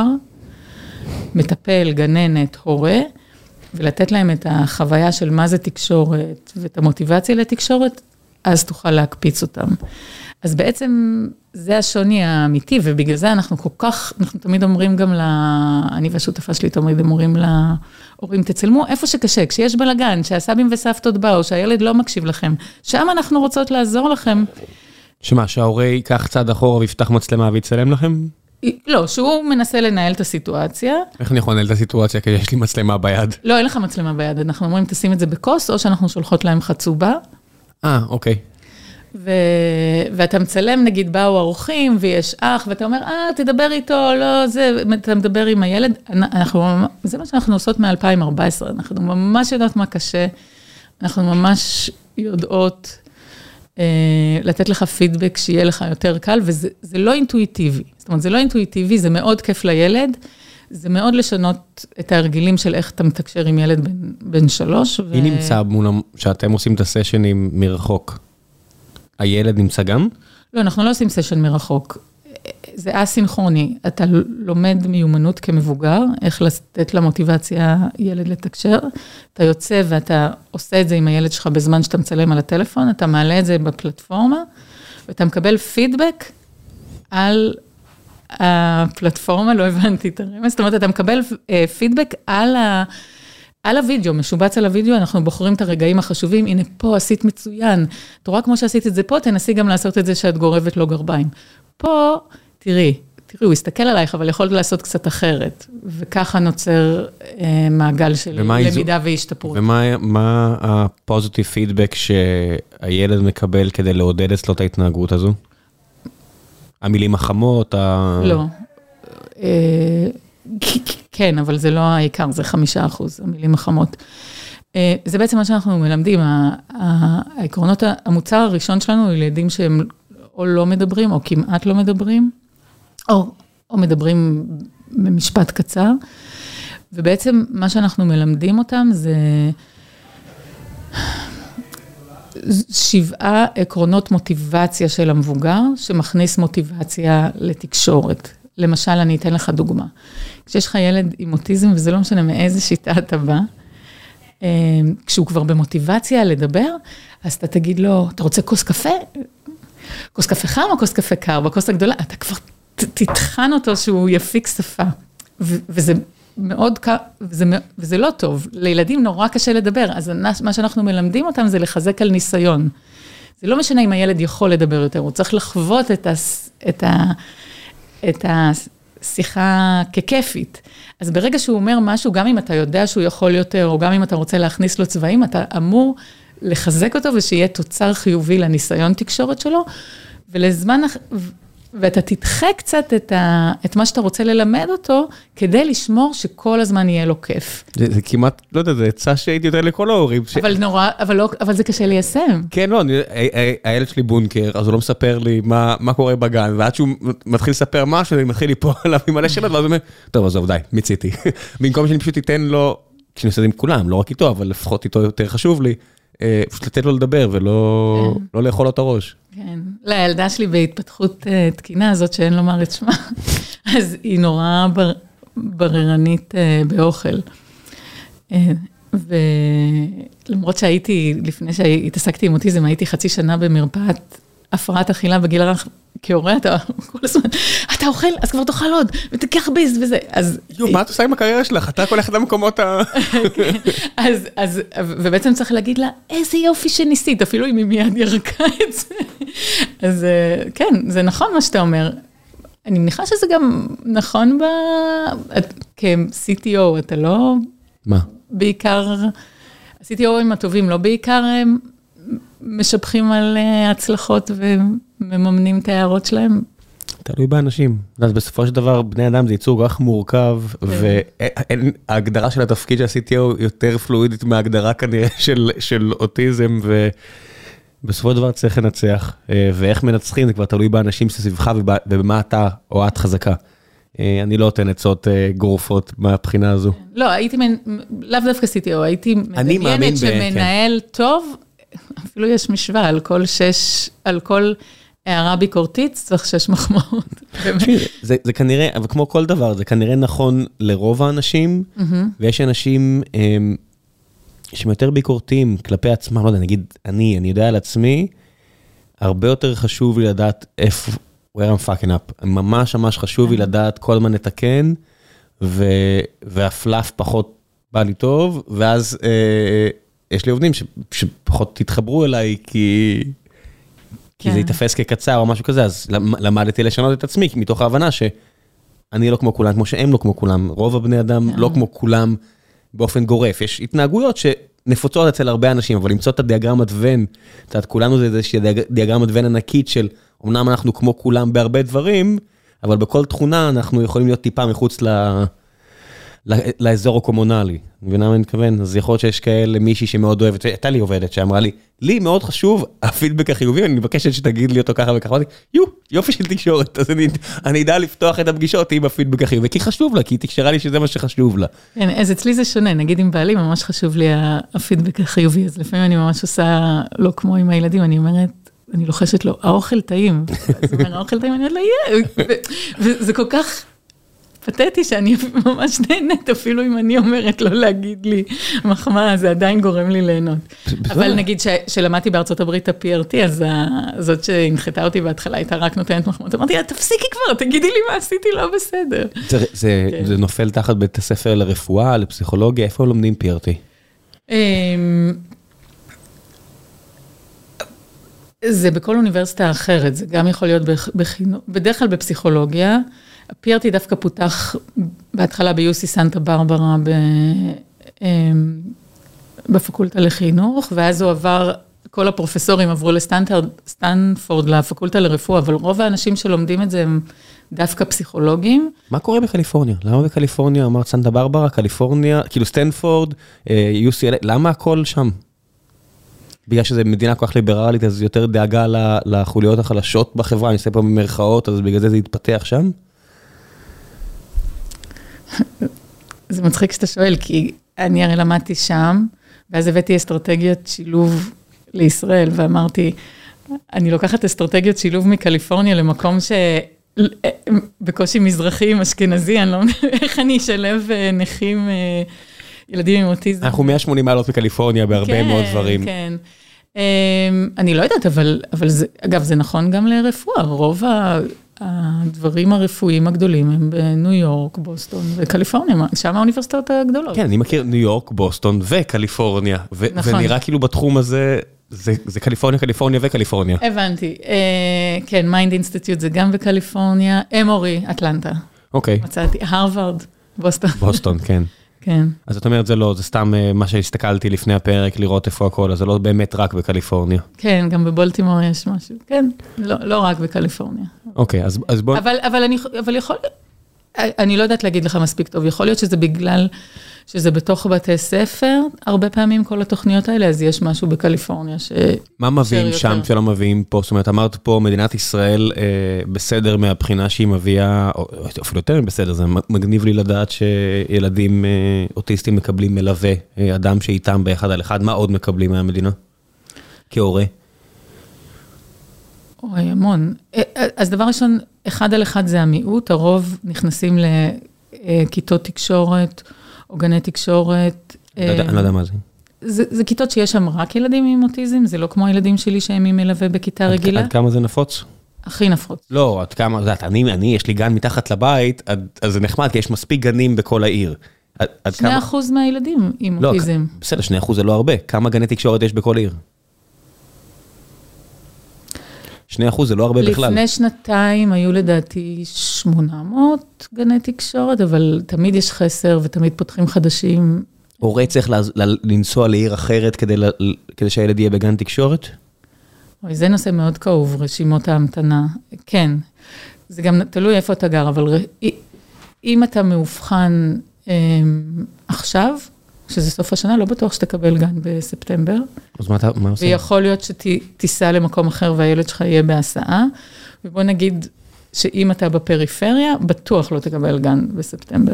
מטפל, גננת, הורה, ולתת להם את החוויה של מה זה תקשורת, ואת המוטיבציה לתקשורת, אז תוכל להקפיץ אותם. אז בעצם זה השוני האמיתי, ובגלל זה אנחנו כל כך, אנחנו תמיד אומרים גם ל... אני והשותפה שלי תמיד אומרים להורים, תצלמו איפה שקשה, כשיש בלגן, שהסבים וסבתות באו, שהילד לא מקשיב לכם, שם אנחנו רוצות לעזור לכם. שמה, שההורה ייקח צעד אחורה ויפתח מצלמה ויצלם לכם? לא, שהוא מנסה לנהל את הסיטואציה. איך אני יכול לנהל את הסיטואציה, כי יש לי מצלמה ביד? לא, אין לך מצלמה ביד, אנחנו אומרים, תשים את זה בכוס, או שאנחנו שולחות להם חצובה. אה, אוקיי. ו... ואתה מצלם, נגיד, באו אורחים, ויש אח, ואתה אומר, אה, תדבר איתו, לא, זה, אתה מדבר עם הילד. אנחנו, זה מה שאנחנו עושות מ-אלפיים וארבע עשרה, אנחנו ממש יודעות מה קשה, אנחנו ממש יודעות אה, לתת לך פידבק שיהיה לך יותר קל, וזה זה לא אינטואיטיבי. זאת אומרת, זה לא אינטואיטיבי, זה מאוד כיף לילד, זה מאוד לשנות את ההרגילים של איך אתה מתקשר עם ילד בן, בן שלוש. מי ו... נמצא מול, שאתם עושים את הסשנים מרחוק? הילד נמצא גם? לא, אנחנו לא עושים סשן מרחוק. זה אסינכרוני. אתה לומד מיומנות כמבוגר, איך לתת למוטיבציה ילד לתקשר. אתה יוצא ואתה עושה את זה עם הילד שלך בזמן שאתה מצלם על הטלפון, אתה מעלה את זה בפלטפורמה, ואתה מקבל פידבק על הפלטפורמה, לא הבנתי את הרמז, זאת אומרת, אתה מקבל פידבק על ה... על הוידאו, משובץ על הוידאו, אנחנו בוחרים את הרגעים החשובים, הנה פה עשית מצוין, אתה רואה כמו שעשית את זה פה, תנסי גם לעשות את זה שאת גורבת לו גרביים. פה, תראי, תראי, הוא יסתכל עלייך, אבל יכולת לעשות קצת אחרת, וככה נוצר אה, מעגל של למידה והשתפרות. ומה הפוזיטיב פידבק שהילד מקבל כדי לעודד אצלו את ההתנהגות הזו? המילים החמות? ה... לא. אה... כן, אבל זה לא העיקר, זה חמישה אחוז, המילים החמות. זה בעצם מה שאנחנו מלמדים, העקרונות, המוצר הראשון שלנו, ילדים שהם או לא מדברים, או כמעט לא מדברים, או, או מדברים במשפט קצר, ובעצם מה שאנחנו מלמדים אותם זה שבעה עקרונות מוטיבציה של המבוגר, שמכניס מוטיבציה לתקשורת. למשל, אני אתן לך דוגמה. כשיש לך ילד עם אוטיזם, וזה לא משנה מאיזה שיטה אתה בא, כשהוא כבר במוטיבציה לדבר, אז אתה תגיד לו, אתה רוצה כוס קפה? כוס קפה חם או כוס קפה קר? בכוס הגדולה, אתה כבר תתחן אותו שהוא יפיק שפה. וזה מאוד קר, וזה, וזה לא טוב. לילדים נורא קשה לדבר, אז מה שאנחנו מלמדים אותם זה לחזק על ניסיון. זה לא משנה אם הילד יכול לדבר יותר, הוא צריך לחוות את ה... את ה את השיחה ככיפית. אז ברגע שהוא אומר משהו, גם אם אתה יודע שהוא יכול יותר, או גם אם אתה רוצה להכניס לו צבעים, אתה אמור לחזק אותו, ושיהיה תוצר חיובי לניסיון תקשורת שלו, ולזמן, ואתה תדחה קצת את, ה, את מה שאתה רוצה ללמד אותו, כדי לשמור שכל הזמן יהיה לו כיף. זה, זה כמעט, לא יודע, זה עצה שהייתי יותר לכל ההורים. ש... אבל נורא, אבל, לא, אבל זה קשה ליישם. כן, לא, אני, הילד שלי בונקר, אז הוא לא מספר לי מה, מה קורה בגן, ועד שהוא מתחיל לספר משהו, אני מתחיל ליפול עליו עם מלא שאלות, ואז הוא אומר, טוב, אז די, מיציתי. במקום שאני פשוט אתן לו, כשאני עושה את זה עם כולם, לא רק איתו, אבל לפחות איתו יותר חשוב לי, פשוט לתת לו לדבר, ולא לא לאכול לו את הראש. כן, לילדה שלי בהתפתחות תקינה הזאת, שאין לומר את שמה, אז היא נורא בררנית באוכל. ולמרות שהייתי, לפני שהתעסקתי עם אוטיזם, הייתי חצי שנה במרפאת הפרעת אכילה בגיל הרך, כהורה, אתה כל הזמן, אתה אוכל, אז כבר תאכל עוד, ותקח ביס וזה, אז... יו, מה את עושה עם הקריירה שלך? אתה כל אחד למקומות ה... אז, אז, ובעצם צריך להגיד לה, איזה יופי שניסית, אפילו אם היא מיד ירקה את זה. אז כן, זה נכון מה שאתה אומר. אני מניחה שזה גם נכון ב... כ-סי טי או, אתה לא... מה? בעיקר, ה-סי טי או-ים הטובים, לא בעיקר הם משבחים על הצלחות ומממנים את ההערות שלהם. תלוי באנשים. אז בסופו של דבר, בני אדם זה ייצור כל כך מורכב, וההגדרה של התפקיד של ה-סי טי או יותר פלואידית מההגדרה כנראה של אוטיזם, ובסופו של דבר צריך לנצח. ואיך מנצחים, זה כבר תלוי באנשים שסביבך, ובמה אתה או את חזקה. אני לא נותן עצות גרופות מהבחינה הזו. לא, הייתי, לאו דווקא סי טי או, הייתי מדמיינת שמנהל טוב, אפילו יש משוואה, על כל שש, על כל הערה ביקורתית, צריך שש מחמאות. זה, זה כנראה, אבל כמו כל דבר, זה כנראה נכון לרוב האנשים, ויש אנשים שהם יותר ביקורתיים כלפי עצמם, לא יודע, נגיד, אני, אני יודע על עצמי, הרבה יותר חשוב לי לדעת איפה, where I'm fucking up. ממש ממש חשוב לי לדעת כל הזמן לתקן, והפלאף פחות בא לי טוב, ואז יש לי עובדים שפחות תתחברו אליי, כי... כי זה יתפס כקצר או משהו כזה, אז למדתי לשנות את עצמי, מתוך ההבנה שאני לא כמו כולם, כמו שהם לא כמו כולם, רוב הבני אדם לא כמו כולם באופן גורף, יש התנהגויות שנפוצות אצל הרבה אנשים, אבל למצוא את הדיאגרמת ון, את יודעת, כולנו זה איזושהי דיאגרמת ון ענקית של, אמנם אנחנו כמו כולם בהרבה דברים, אבל בכל תכונה אנחנו יכולים להיות טיפה מחוץ ל... לאזור הקומונלי, מבינה מה אני מתכוון? אז יכול להיות שיש כאלה מישהי שמאוד אוהבת, הייתה לי עובדת שאמרה לי, לי מאוד חשוב הפידבק החיובי, אני מבקשת שתגיד לי אותו ככה וככה, יו, יופי של תקשורת, אז אני, אני אדע לפתוח את הפגישות עם הפידבק החיובי, כי חשוב לה, כי היא תקשרה לי שזה מה שחשוב לה. כן, אז אצלי זה שונה, נגיד עם בעלי, ממש חשוב לי הפידבק החיובי, אז לפעמים אני ממש עושה לא כמו עם הילדים, אני אומרת, אני לוחשת לו, האוכל טעים, אז הוא אומר, האוכל טעים, אני אומרת לו, יהיה, וזה כל כך... פתטי שאני ממש נהנית, אפילו אם אני אומרת לא להגיד לי מחמאה, זה עדיין גורם לי ליהנות. אבל נגיד שלמדתי בארצות הברית ה-פי אר טי, אז זאת שהנחתה אותי בהתחלה, הייתה רק נותנת מחמאות. אמרתי, תפסיקי כבר, תגידי לי מה עשיתי לא בסדר. זה נופל תחת בית הספר לרפואה, לפסיכולוגיה, איפה לומדים פי אר טי? זה בכל אוניברסיטה אחרת, זה גם יכול להיות בחינוך, בדרך כלל בפסיכולוגיה, ה-פי אר טי דווקא פותח בהתחלה ב-יו סי סנטה ברברה בפקולטה לחינוך, ואז הוא עבר, כל הפרופסורים עברו לסטנפורד, לפקולטה לרפואה, אבל רוב האנשים שלומדים את זה הם דווקא פסיכולוגים. מה קורה בקליפורניה? למה בקליפורניה, אמרת סנטה ברברה, קליפורניה, כאילו סטנפורד, יו סי אל איי, למה הכל שם? בגלל שזו מדינה כל כך ליברלית, אז יותר דאגה לחוליות החלשות בחברה, אני עושה פה במרכאות, אז בגלל זה זה יתפתח שם? זה מצחיק שאתה שואל, כי אני הרי למדתי שם, ואז הבאתי אסטרטגיות שילוב לישראל, ואמרתי, אני לוקחת אסטרטגיות שילוב מקליפורניה למקום שבקושי מזרחי, אשכנזי, אני לא יודעת איך אני אשלב נכים, ילדים עם אוטיזם. אנחנו מאה ושמונים מעלות מקליפורניה בהרבה מאוד דברים. כן, כן. אני לא יודעת, אבל אגב, זה נכון גם לרפואה, רוב ה... הדברים הרפואיים הגדולים הם בניו יורק, בוסטון וקליפורניה, שם האוניברסיטאות הגדולות. כן, אני מכיר ניו יורק, בוסטון וקליפורניה, ונראה כאילו בתחום הזה, זה קליפורניה, קליפורניה וקליפורניה. הבנתי, כן, מיינד אינסטיטוט זה גם בקליפורניה, אמורי, אטלנטה. אוקיי. מצאתי, הרווארד, בוסטון. בוסטון, כן. כן. אז את אומרת, זה לא, זה סתם מה שהסתכלתי לפני הפרק, לראות איפה הכל, אז זה לא באמת רק בקליפורניה. כן, גם בבולטימור יש משהו. כן, לא, לא רק בקליפורניה. אוקיי, אז, אז בוא... אבל, אבל אני, אבל יכול, אני לא יודעת להגיד לך מספיק טוב, יכול להיות שזה בגלל שזה בתוך בתי ספר, הרבה פעמים כל התוכניות האלה, אז יש משהו בקליפורניה ש... מה מביאים שם שלא מביאים פה? זאת אומרת, אמרת פה, מדינת ישראל אה, בסדר מהבחינה שהיא מביאה, או אפילו יותר בסדר, זה מגניב לי לדעת שילדים אה, אוטיסטים מקבלים מלווה, אה, אדם שאיתם באחד על אחד, מה עוד מקבלים מהמדינה? כהורה? אוי, המון. אז דבר ראשון, אחד על אחד זה המיעוט, הרוב נכנסים לכיתות תקשורת, או גני תקשורת. אני לא יודע מה זה. זה כיתות שיש שם רק ילדים עם אוטיזם, זה לא כמו הילדים שלי שהם עם מלווה בכיתה רגילה. עד כמה זה נפוץ? הכי נפוץ. לא, עד כמה, את יודעת, אני, יש לי גן מתחת לבית, אז זה נחמד, כי יש מספיק גנים בכל העיר. שני אחוז מהילדים עם אוטיזם. בסדר, שני אחוז זה לא הרבה. כמה גני תקשורת יש בכל עיר? שני אחוז זה לא הרבה בכלל. לפני שנתיים היו לדעתי שמונה מאות גני תקשורת, אבל תמיד יש חסר ותמיד פותחים חדשים. הורה צריך לנסוע לעיר אחרת כדי שהילד יהיה בגן תקשורת? אוי, זה נושא מאוד כאוב, רשימות ההמתנה. כן, זה גם תלוי איפה אתה גר, אבל אם אתה מאובחן עכשיו, שזה סוף השנה, לא בטוח שתקבל גן בספטמבר. אז מה, מה עושים? ויכול להיות שתיסע למקום אחר והילד שלך יהיה בהסעה, ובוא נגיד שאם אתה בפריפריה, בטוח לא תקבל גן בספטמבר.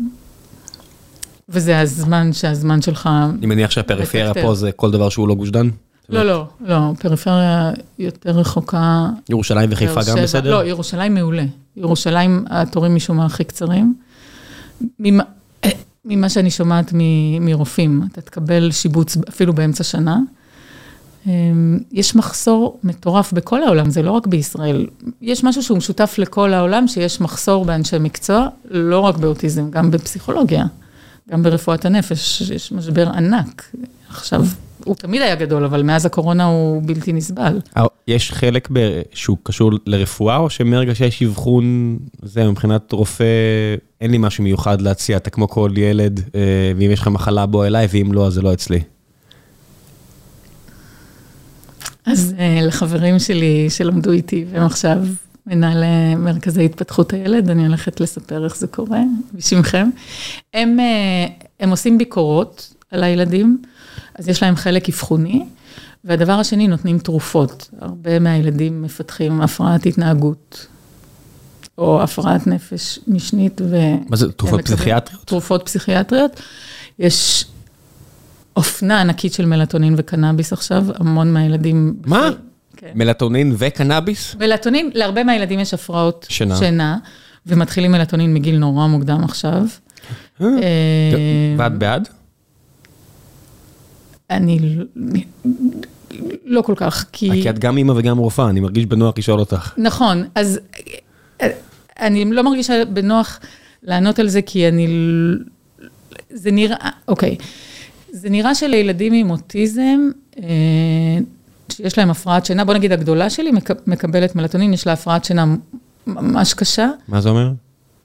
וזה הזמן שהזמן שלך... אני מניח שהפריפריה פה זה כל דבר שהוא לא גוש דן? לא, לא, לא, פריפריה יותר רחוקה. ירושלים וחיפה גם בסדר? לא, ירושלים מעולה. ירושלים, התורים משום מה הכי קצרים. ממה שאני שומעת מרופאים, אתה תקבל שיבוץ אפילו באמצע שנה. יש מחסור מטורף בכל העולם, זה לא רק בישראל. יש משהו שהוא משותף לכל העולם, שיש מחסור באנשי מקצוע, לא רק באוטיזם, גם בפסיכולוגיה, גם ברפואת הנפש, יש משבר ענק. עכשיו, הוא תמיד היה גדול, אבל מאז הקורונה הוא בלתי נסבל. יש חלק שהוא קשור לרפואה, או שמרגע שיש אבחון, זה מבחינת רופא, אין לי משהו מיוחד להציע, אתה כמו כל ילד, ואם יש לך מחלה בוא אליי, ואם לא, אז זה לא אצלי. אז לחברים שלי שלמדו איתי, והם עכשיו מנהלי מרכזי התפתחות הילד, אני הולכת לספר איך זה קורה, בשמכם. הם, הם עושים ביקורות על הילדים, אז יש להם חלק אבחוני, והדבר השני נותנים תרופות. הרבה מהילדים מפתחים הפרעת התנהגות, או הפרעת נפש משנית. מה זה, תרופות פסיכיאטריות? תרופות פסיכיאטריות. יש אופנה ענקית של מלטונין וקנאביס עכשיו, המון מהילדים... מה? כן. מלטונין וקנאביס? מלטונין, להרבה מהילדים יש הפרעות שינה, שינה ומתחילים מלטונין מגיל נורא מוקדם עכשיו. ואת בעד? אני לא כל כך, כי... כי את גם אמא וגם רופאה, אני מרגיש בנוח לשאול אותך. נכון, אז אני לא מרגישה בנוח לענות על זה, כי אני... זה נראה, אוקיי, זה נראה שלילדים עם אוטיזם, שיש להם הפרעת שינה, בוא נגיד הגדולה שלי, מקבלת מלטונין, יש לה הפרעת שינה ממש קשה. מה זה אומר?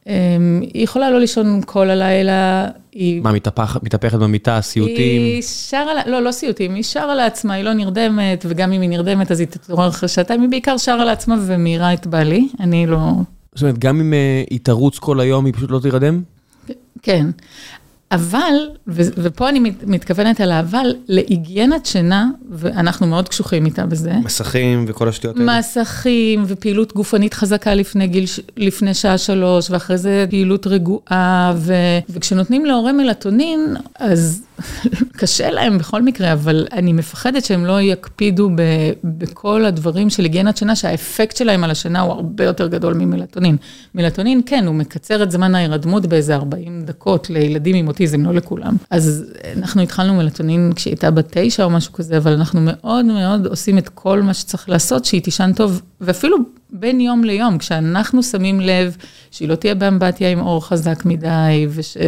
היא יכולה לא לישון כל הלילה. מה, מתהפכת במיטה, סיוטים? היא שרה, לא, לא סיוטים, היא שרה לעצמה, היא לא נרדמת, וגם אם היא נרדמת, אז היא תתעורר אחרי שעתיים, היא בעיקר שרה לעצמה ומאירה את בעלי, אני לא... זאת אומרת, גם אם היא תרוץ כל היום, היא פשוט לא תירדם? כן. אבל, ופה אני מתכוונת על האבל, להיגיינת שינה, ואנחנו מאוד קשוחים איתה בזה. מסכים וכל השטויות האלה. מסכים ופעילות גופנית חזקה לפני גיל, לפני שעה שלוש, ואחרי זה פעילות רגועה, ו, וכשנותנים להורי מלטונין, אז קשה להם בכל מקרה, אבל אני מפחדת שהם לא יקפידו ב, בכל הדברים של היגיינת שינה, שהאפקט שלהם על השינה הוא הרבה יותר גדול ממלטונין. מלטונין, כן, הוא מקצר את זמן ההירדמות באיזה ארבעים דקות לילדים עם אוטיזם, לא לכולם. אז אנחנו התחלנו מלטונין כשהייתה בת תשע או משהו כזה, אבל אנחנו מאוד מאוד עושים את כל מה שצריך לעשות, שהיא תישן טוב, ואפילו בין יום ליום, כשאנחנו שמים לב שהיא לא תהיה באמבטיה עם אור חזק מדי,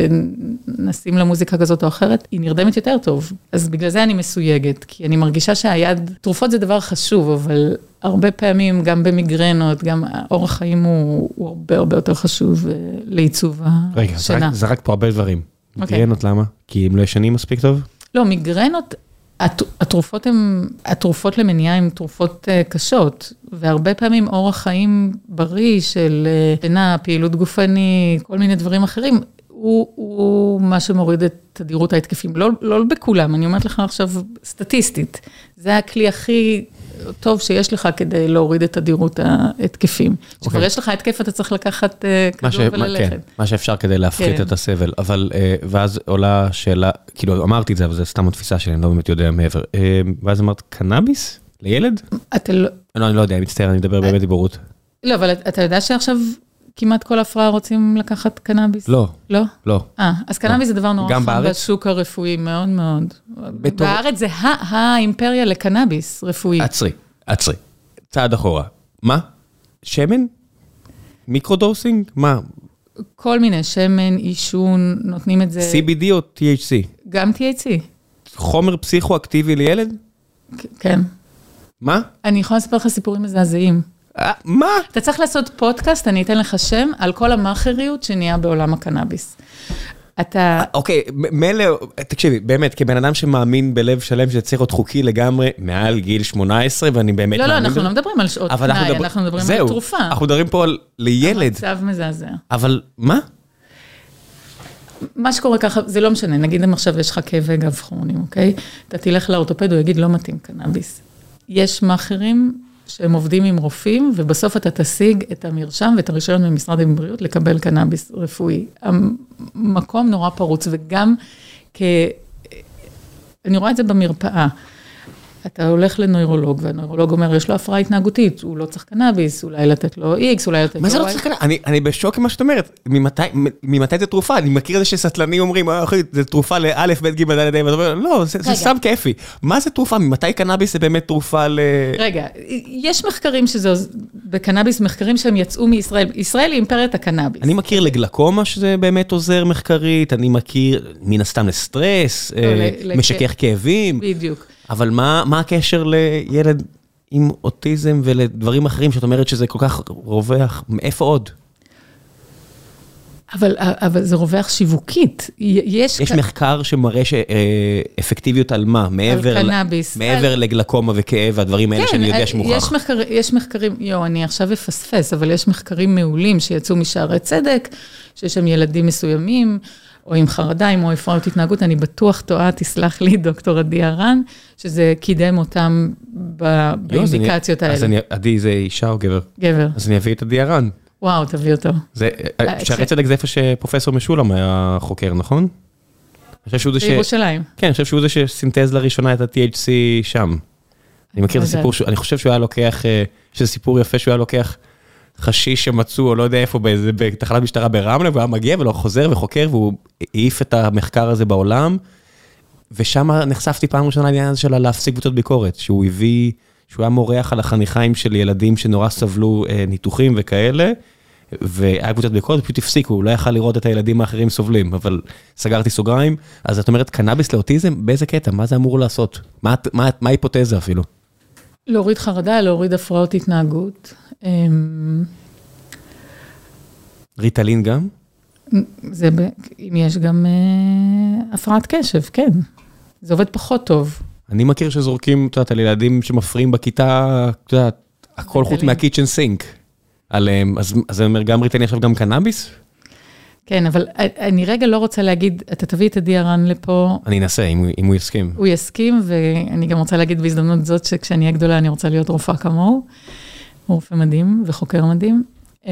ושנשים לה מוזיקה כזאת או אחרת, היא נרדמת יותר טוב. אז בגלל זה אני מסויגת, כי אני מרגישה שהיד, תרופות זה דבר חשוב, אבל הרבה פעמים, גם במיגרנות, גם אורח חיים הוא, הוא הרבה הרבה יותר חשוב לעיצוב רגע, השינה. רגע, זרק פה הרבה דברים. מיגרנות למה? כי הם לא ישנים מספיק טוב? לא, מיגרנות, התרופות הן, התרופות למניעה הן תרופות קשות, והרבה פעמים אורח חיים בריא של שינה, פעילות גופני, כל מיני דברים אחרים, הוא, הוא מה שמוריד את תדירות ההתקפים. לא, לא בכולם, אני אומרת לך עכשיו סטטיסטית. זה הכלי הכי טוב שיש לך כדי להוריד את תדירות ההתקפים. כשכבר יש לך התקף, אתה צריך לקחת כדור וללכת. כן, מה שאפשר כדי להפחית את הסבל. אבל, ואז עולה שאלה, כאילו אמרתי את זה, אבל זה סתם התפיסה שלי, אני לא באמת יודע מעבר. ואז אמרת, קנאביס? לילד? אתה לא... לא, אני לא יודע, אני מצטער, אני אדבר באמת דיבורות. לא, אבל אתה יודע שעכשיו כמעט כל הפרעה רוצים לקחת קנאביס? לא. לא? לא. אה, אז קנאביס זה דבר נורא חם בשוק הרפואי, מאוד מאוד. בארץ זה האימפריה לקנאביס רפואי. עצרי, עצרי. צעד אחורה. מה? שמן? מיקרודוסינג? מה? כל מיני, שמן, עישון, נותנים את זה... סי בי די או טי אייץ' סי? גם טי אייץ' סי. חומר פסיכואקטיבי לילד? כן. מה? אני יכולה לספר לך סיפורים מזעזעים. מה? אתה צריך לעשות פודקאסט, אני אתן לך שם, על כל המאכריות שנהיה בעולם הקנאביס. אתה... אוקיי, מלא, תקשיבי, באמת, כבן אדם שמאמין בלב שלם שזה צריך להיות חוקי לגמרי, מעל גיל שמונה עשרה, ואני באמת מאמין... לא, לא, אנחנו לא מדברים על שעות פנאי, אנחנו מדברים על תרופה. אנחנו מדברים פה על לילד. המצב מזעזע. אבל מה? מה שקורה ככה, זה לא משנה, נגיד אם עכשיו יש לך כאבי גב כרוניים, אוקיי? אתה תלך לאורתופד, הוא יגיד, לא מתאים קנאביס. יש מאכרים שהם עובדים עם רופאים, ובסוף אתה תשיג את המרשם ואת הרישיון ממשרד הבריאות לקבל קנאביס רפואי. המקום נורא פרוץ, וגם כ... אני רואה את זה במרפאה. אתה הולך לנוירולוג, והנוירולוג אומר, יש לו הפרעה התנהגותית, הוא לא צריך קנאביס, אולי לתת לו X, אולי לתת לו Y. מה זה לא צריך קנאביס? אני, אני בשוק עם מה שאת אומרת. ממתי, ממתי זה תרופה? אני מכיר את זה שסטלנים אומרים, אחי, זה תרופה לאלף, בית, גימל, דלת, דלת, לא, זה, זה סתם כיפי. מה זה תרופה? ממתי קנאביס זה באמת תרופה ל... רגע, יש מחקרים שזה, בקנאביס, מחקרים שהם יצאו מישראל. ישראל היא אימפריית הקנאביס. אני מכיר לגלקומה שזה באמת עוזר מחקרית, אני מכיר מן הסתם לסטרס, משכך כאבים. בדיוק. אבל מה, מה הקשר לילד עם אוטיזם ולדברים אחרים שאת אומרת שזה כל כך רווח? מאיפה עוד? אבל, אבל זה רווח שיווקית. יש, יש כ... מחקר שמראה שאפקטיביות על מה? מעבר, על קנאביס. מעבר על... לגלקומה וכאב, והדברים האלה כן, שאני יודע שמוכח. יש, מחקר, יש מחקרים, יו, אני עכשיו אפספס, אבל יש מחקרים מעולים שיצאו משערי צדק, שיש שם ילדים מסוימים, או עם חרדיים, או הפרעות התנהגות, אני בטוח טועה, תסלח לי, דוקטור עדי הרן, שזה קידם אותם באינדיקציות האלה. אז אני, עדי זה אישה או גבר? גבר. אז אני אביא את עדי הרן. וואו, תביא אותו. שערי צדק זה איפה שפרופסור משולם היה חוקר, נכון? בירושלים. כן, אני חושב שהוא זה שסינתז לראשונה את ה-T H C שם. אני מכיר את הסיפור, אני חושב שהוא היה לוקח, שזה סיפור יפה שהוא היה לוקח, חשיש שמצאו, או לא יודע איפה, בתחנת משטרה ברמלה, והוא היה מגיע ולא חוזר וחוקר, והוא העיף את המחקר הזה בעולם, ושם נחשפתי פעם ראשונה לעניין הזה של להפסיק קבוצות ביקורת, שהוא הביא, שהוא היה מורח על החניכיים של ילדים שנורא סבלו ניתוחים וכאלה, והיה קבוצת ביקורת, פשוט הפסיקו, הוא לא יכל לראות את הילדים האחרים סובלים, אבל סגרתי סוגריים, אז את אומרת, קנאביס לאוטיזם, באיזה קטע? מה זה אמור לעשות? מה, מה, מה ההיפותזה אפילו? להוריד חרדה, להוריד הפרעות התנהגות. ריטלין גם? זה, אם יש גם הפרעת קשב, כן. זה עובד פחות טוב. אני מכיר שזורקים, את יודעת, על ילדים שמפריעים בכיתה, את יודעת, הכל חוץ מהקיצ'ן סינק עליהם, אז זה אומר גם ריטלין, עכשיו גם קנאביס? כן, אבל אני רגע לא רוצה להגיד, אתה תביא את עדי הרן לפה. אני אנסה, אם, אם הוא יסכים. הוא יסכים, ואני גם רוצה להגיד בהזדמנות זאת, שכשאני אהיה גדולה, אני רוצה להיות רופאה כמוהו. הוא רופא מדהים וחוקר מדהים.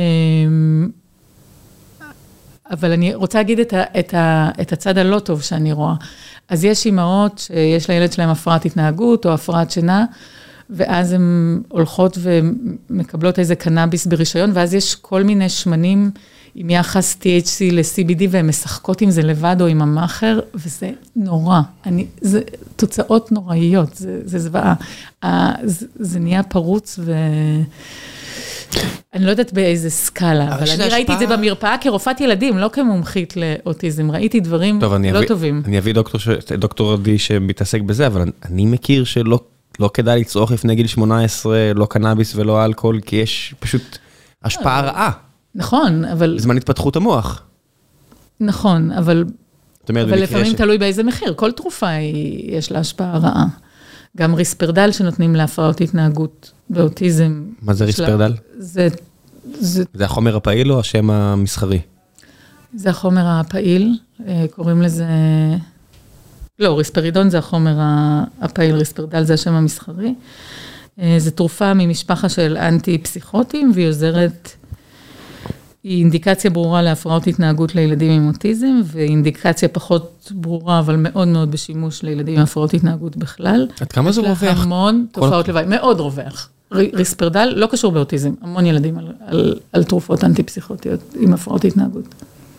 אבל אני רוצה להגיד את, ה, את, ה, את הצד הלא טוב שאני רואה. אז יש אימהות שיש לילד שלהם הפרעת התנהגות, או הפרעת שינה, ואז הן הולכות ומקבלות איזה קנאביס ברישיון, ואז יש כל מיני שמנים, עם יחס T H C ל-C B D, והן משחקות עם זה לבד או עם המאחר, וזה נורא. אני, זה תוצאות נוראיות, זה, זה זוועה. זה, זה נהיה פרוץ, ו... אני לא יודעת באיזה סקאלה, אבל אני ראיתי את זה במרפאה כרופאת ילדים, לא כמומחית לאוטיזם. ראיתי דברים לא טובים. אני אביא דוקטור עדי שמתעסק בזה, אבל אני מכיר שלא כדאי לצרוך לפני גיל שמונה עשרה, לא קנאביס ולא אלכוהול, כי יש פשוט השפעה רעה. נכון, אבל... בזמן התפתחות המוח. נכון, אבל... אבל לפעמים תלוי באיזה מחיר. כל תרופה יש לה השפעה רעה. גם ריספרדל שנותנים להפרעות התנהגות באוטיזם. מה זה ריספרדל? זה... זה החומר הפעיל או השם המסחרי? זה החומר הפעיל, קוראים לזה... לא, ריספרידון זה החומר הפעיל, ריספרדל זה השם המסחרי. זו תרופה ממשפחה של אנטי-פסיכוטים, והיא עוזרת... היא אינדיקציה ברורה להפרעות התנהגות לילדים עם אוטיזם, ואינדיקציה פחות ברורה, אבל מאוד מאוד בשימוש לילדים עם הפרעות התנהגות בכלל. עד כמה זה רווח? יש לה המון תופעות לוואי, מאוד רווח. ריספרדל לא קשור באוטיזם, המון ילדים על, על, על תרופות אנטי-פסיכוטיות עם הפרעות התנהגות.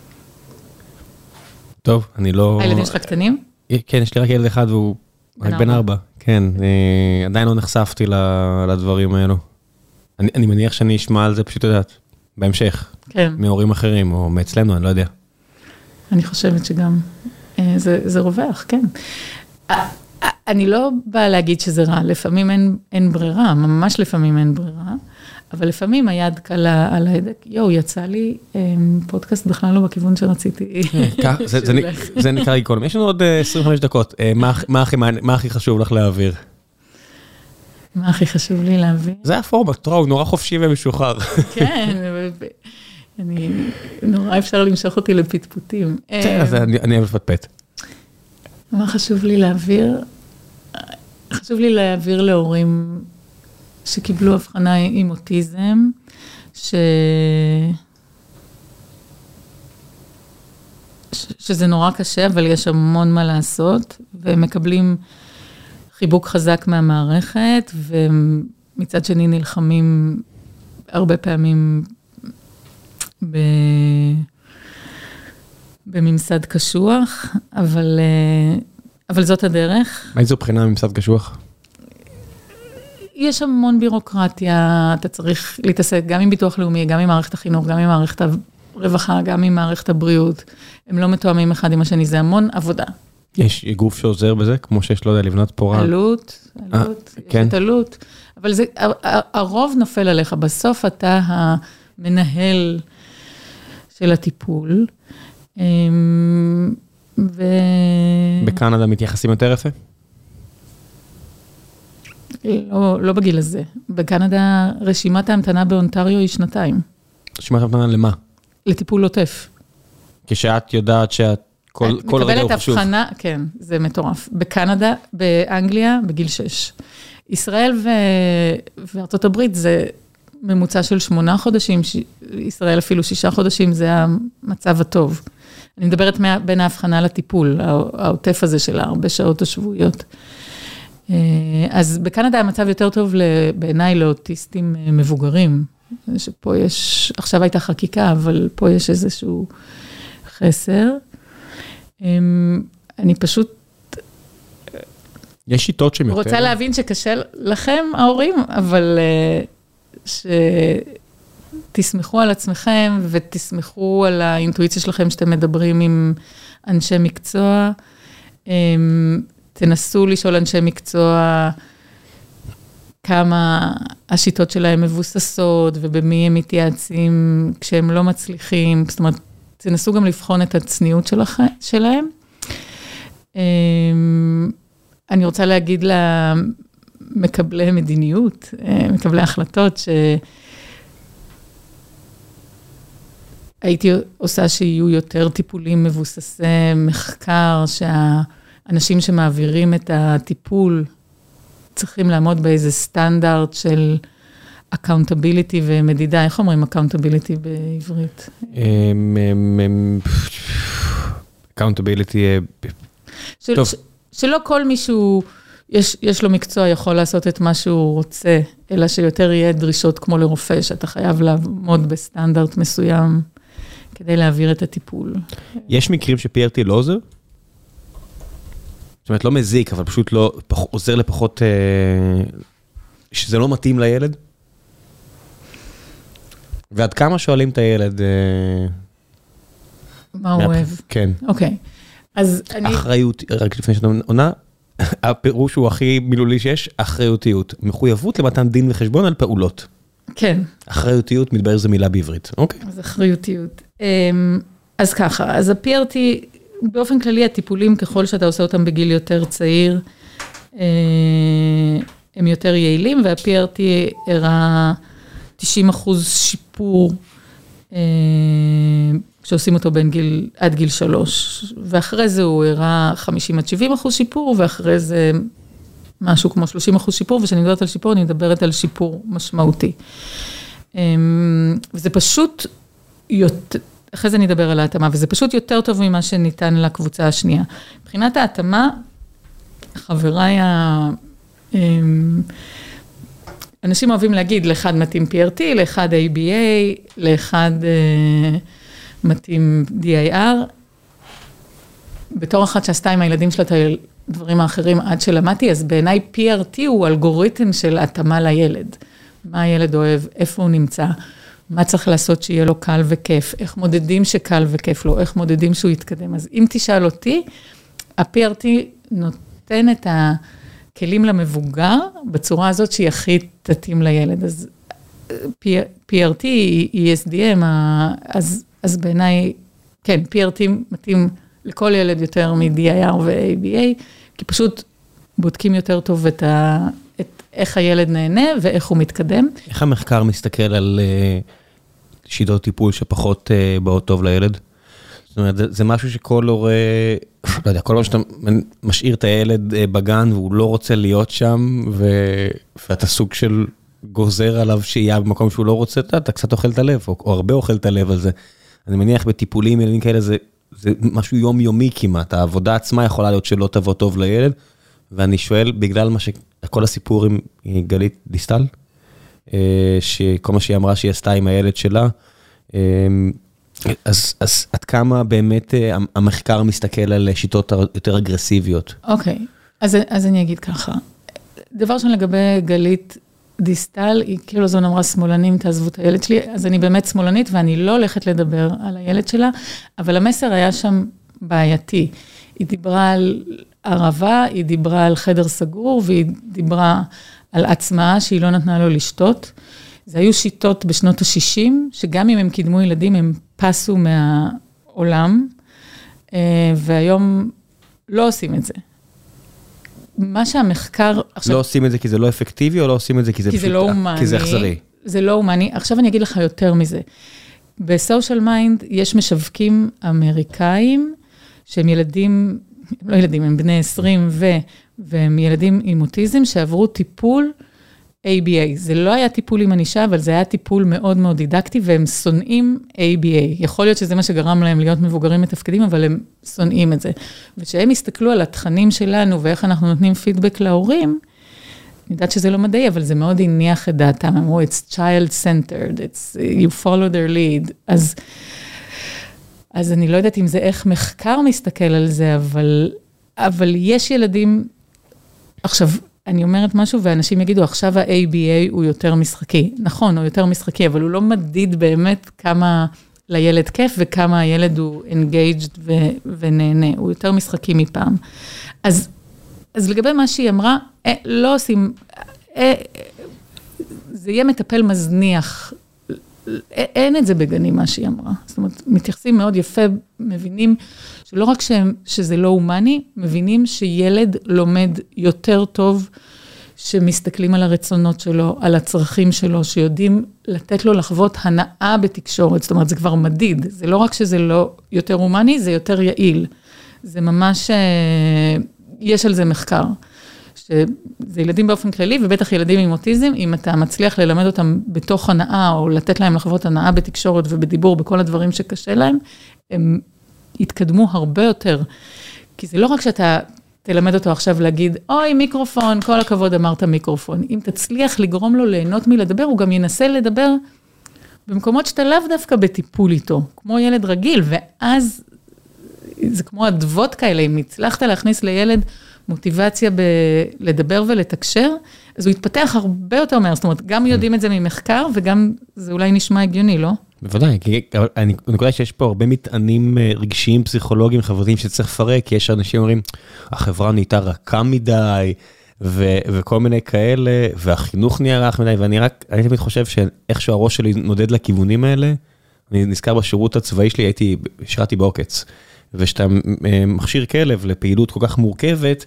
טוב, אני לא... הילדים שלך קטנים? כן, יש לי רק ילד אחד והוא רק בן ארבע. כן, עדיין לא נחשפתי לדברים האלו. אני, אני מניח שאני אשמע על זה פשוט יודעת. בהמשך, כן. מהורים אחרים, או מאצלנו, אני לא יודע. אני חושבת שגם זה, זה רווח, כן. אני לא באה להגיד שזה רע, לפעמים אין, אין ברירה, ממש לפעמים אין ברירה, אבל לפעמים היד קלה על ההדק, יו, יצא לי פודקאסט בכלל לא בכיוון שרציתי. זה, זה, זה נקרא איקונומי. יש לנו עוד עשרים וחמש דקות. מה, מה, הכי, מה הכי חשוב לך להעביר? מה הכי חשוב לי להבין? זה הפורמט, תראו, הוא נורא חופשי ומשוחרר. כן, אני, נורא אפשר למשוך אותי לפטפוטים. אני אוהב לפטפט. מה חשוב לי להעביר? חשוב לי להעביר להורים שקיבלו הבחנה עם אוטיזם, ש... שזה נורא קשה, אבל יש המון מה לעשות, והם מקבלים חיבוק חזק מהמערכת, ומצד שני נלחמים הרבה פעמים ב... בממסד קשוח, אבל, אבל זאת הדרך. מה זו בחינה ממסד קשוח? יש המון בירוקרטיה, אתה צריך להתעסק גם עם ביטוח לאומי, גם עם מערכת החינוך, גם עם מערכת הרווחה, גם עם מערכת הבריאות. הם לא מתואמים אחד עם השני, זה המון עבודה. יש גוף שעוזר בזה, כמו שיש, לא יודע, לבנות פורה. עלות, עלות, יש את עלות. אבל זה, הרוב נופל עליך. בסוף אתה המנהל של הטיפול. ו... בקנדה מתייחסים יותר יפה? לא, לא בגיל הזה. בקנדה רשימת ההמתנה באונטריו היא שנתיים. רשימת ההמתנה למה? לטיפול עוטף. כשאת יודעת שאת כל, כל רגע הוא חשוב. מקבלת הבחנה, כן, זה מטורף. בקנדה, באנגליה, בגיל שש. ישראל ו... וארצות הברית זה ממוצע של שמונה חודשים, ש... ישראל אפילו שישה חודשים, זה המצב הטוב. אני מדברת מה... בין ההבחנה לטיפול, העוטף הזה של הרבה שעות השבועיות. אז בקנדה המצב יותר טוב בעיניי לאוטיסטים מבוגרים, שפה יש, עכשיו הייתה חקיקה, אבל פה יש איזשהו חסר. אני פשוט... יש שיטות שהן יותר... רוצה להבין שקשה לכם, ההורים, אבל שתסמכו על עצמכם, ותסמכו על האינטואיציה שלכם, שאתם מדברים עם אנשי מקצוע, תנסו לשאול אנשי מקצוע כמה השיטות שלהם מבוססות, ובמי הם מתייעצים כשהם לא מצליחים, זאת אומרת, תנסו גם לבחון את הצניעות שלהם. אני רוצה להגיד למקבלי מדיניות, מקבלי החלטות, שהייתי עושה שיהיו יותר טיפולים מבוססי מחקר, שהאנשים שמעבירים את הטיפול, צריכים לעמוד באיזה סטנדרט של accountability ומדידה. איך אומרים accountability בעברית? accountability... טוב. שלא כל מישהו, יש, יש לו מקצוע, יכול לעשות את מה שהוא רוצה, אלא שיותר יהיה דרישות כמו לרופא, שאתה חייב לעמוד בסטנדרט מסוים, כדי להעביר את הטיפול. יש מקרים ש-פי אר טי לא עוזר? זאת אומרת, לא מזיק, אבל פשוט לא, פח, עוזר לפחות, אה, שזה לא מתאים לילד? ועד כמה שואלים את הילד? אה, מה הוא אוהב? כן. אוקיי. אז אני... אחריות, רק לפני שאתה עונה, הפירוש הוא הכי מילולי שיש, אחריותיות. מחויבות למתן דין וחשבון על פעולות. כן. אחריותיות, מתברר זו מילה בעברית. אוקיי. אז אחריותיות. אז ככה, אז ה-פי אר טי, באופן כללי, הטיפולים, ככל שאתה עושה אותם בגיל יותר צעיר, הם יותר יעילים, וה-פי אר טי הראה תשעים אחוז שיפור, שעושים אותו בין גיל, עד גיל שלוש, ואחרי זה הוא הראה חמישים עד שבעים אחוז שיפור, ואחרי זה משהו כמו שלושים אחוז שיפור, וכשאני מדברת על שיפור, אני מדברת על שיפור משמעותי. וזה פשוט, אחרי זה נדבר על ההתאמה, וזה פשוט יותר טוב ממה שניתן לקבוצה השנייה. מבחינת ההתאמה, חבריי, אנשים אוהבים להגיד, לאחד מתאים פי אר טי, לאחד איי בי איי, לאחד מתאים די איי אר. בתור אחת שעשתה עם הילדים שלה את הדברים האחרים עד שלמדתי, אז בעיניי פי אר טי הוא אלגוריתם של התאמה לילד. מה הילד אוהב, איפה הוא נמצא, מה צריך לעשות שיהיה לו קל וכיף, איך מודדים שקל וכיף לו, איך מודדים שהוא יתקדם. אז אם תשאל אותי, ה-פי אר טי נותן את הכלים למבוגר, בצורה הזאת שהיא הכי תתאים לילד. אז פי אר טי, אי אס די אם, אז, אז בעיניי, כן, פי אר טי מתאים לכל ילד יותר מ-די איי אר ו-איי בי איי, כי פשוט בודקים יותר טוב את ה... איך הילד נהנה ואיך הוא מתקדם. איך המחקר מסתכל על uh, שיטות טיפול שפחות uh, באות טוב לילד? זאת אומרת, זה, זה משהו שכל הורה, לא יודע, כל פעם שאתה משאיר את הילד uh, בגן והוא לא רוצה להיות שם, ו, ואתה סוג של גוזר עליו שיהיה במקום שהוא לא רוצה, אתה קצת אוכל את הלב, או, או הרבה אוכל את הלב על זה. אני מניח בטיפולים, ילדים כאלה, זה, זה משהו יומיומי כמעט, העבודה עצמה יכולה להיות שלא תבוא טוב לילד, ואני שואל, בגלל מה שכל הסיפור עם גלית דיסטל, שכל מה שהיא אמרה שהיא עשתה עם הילד שלה, אז, אז עד כמה באמת המחקר מסתכל על שיטות יותר אגרסיביות? אוקיי, אז, אז אני אגיד ככה. דבר ראשון לגבי גלית דיסטל, היא כאילו זו אמרה, שמאלנים תעזבו את הילד שלי, אז אני באמת שמאלנית, ואני לא הולכת לדבר על הילד שלה, אבל המסר היה שם בעייתי. היא דיברה על ערבה, היא דיברה על חדר סגור, והיא דיברה על עצמה שהיא לא נתנה לו לשתות. זה היו שיטות בשנות ה-שישים, שגם אם הם קידמו ילדים, הם פסו מהעולם, והיום לא עושים את זה. מה שהמחקר... לא עושים את זה כי זה לא אפקטיבי, או לא עושים את זה כי זה פשוט... כי זה לא הומני. כי זה אכזרי. זה לא הומני. עכשיו אני אגיד לך יותר מזה. בסושיאל מיינד יש משווקים אמריקאים, שהם ילדים, לא ילדים, הם בני עשרים ו... והם ילדים עם אוטיזם שעברו טיפול איי בי איי. זה לא היה טיפול עם אנישה, אבל זה היה טיפול מאוד מאוד דידקטי, והם שונאים איי בי איי. יכול להיות שזה מה שגרם להם להיות מבוגרים מתפקדים, אבל הם שונאים את זה. ושהם הסתכלו על התכנים שלנו, ואיך אנחנו נותנים פידבק להורים, אני יודעת שזה לא מדעי, אבל זה מאוד הניח את דעתם. אמרו, it's child-centered, it's, you follow their lead. אז, אז אני לא יודעת אם זה איך מחקר מסתכל על זה, אבל, אבל יש ילדים, עכשיו, אני אומרת משהו, ואנשים יגידו, עכשיו ה-איי בי איי הוא יותר משחקי. נכון, הוא יותר משחקי, אבל הוא לא מדיד באמת כמה לילד כיף, וכמה הילד הוא engaged ו- ונהנה. הוא יותר משחקי מפעם. אז, אז לגבי מה שהיא אמרה, אה, לא עושים, אה, זה יהיה מטפל מזניח. אה, אין את זה בגנים, מה שהיא אמרה. זאת אומרת, מתייחסים מאוד יפה, מבינים שלא רק שהם, שזה לא הומני, מבינים שילד לומד יותר טוב, שמסתכלים על הרצונות שלו, על הצרכים שלו, שיודעים לתת לו לחוות הנאה בתקשורת, זאת אומרת, זה כבר מדיד, זה לא רק שזה לא יותר הומני, זה יותר יעיל. זה ממש, יש על זה מחקר, שזה ילדים באופן כללי, ובטח ילדים עם אוטיזם, אם אתה מצליח ללמד אותם בתוך הנאה, או לתת להם לחוות הנאה בתקשורת ובדיבור, בכל הדברים שקשה להם, הם יתקדמו הרבה יותר. כי זה לא רק שאתה תלמד אותו עכשיו להגיד, אוי, מיקרופון, כל הכבוד אמרת מיקרופון. אם תצליח לגרום לו ליהנות מלדבר, הוא גם ינסה לדבר במקומות שאתה לאו דווקא בטיפול איתו, כמו ילד רגיל, ואז זה כמו הדבות כאלה, אם הצלחת להכניס לילד מוטיבציה בלדבר ולתקשר, אז הוא יתפתח הרבה יותר מהר, זאת אומרת, גם יודעים את זה ממחקר, וגם זה אולי נשמע הגיוני, לא? בוודאי, כי אני קורא שיש פה הרבה מטענים רגשיים, פסיכולוגיים, חברתיים שצריך לפרק, כי יש אנשים אומרים, החברה נהייתה רכה מדי, וכל מיני כאלה, והחינוך נהיה רך מדי, ואני רק, אני תמיד חושב שאיכשהו הראש שלי נודד לכיוונים האלה, אני נזכר בשירות הצבאי שלי, הייתי, שירתי בעוקץ, ושאתה מכשיר כלב לפעילות כל כך מורכבת,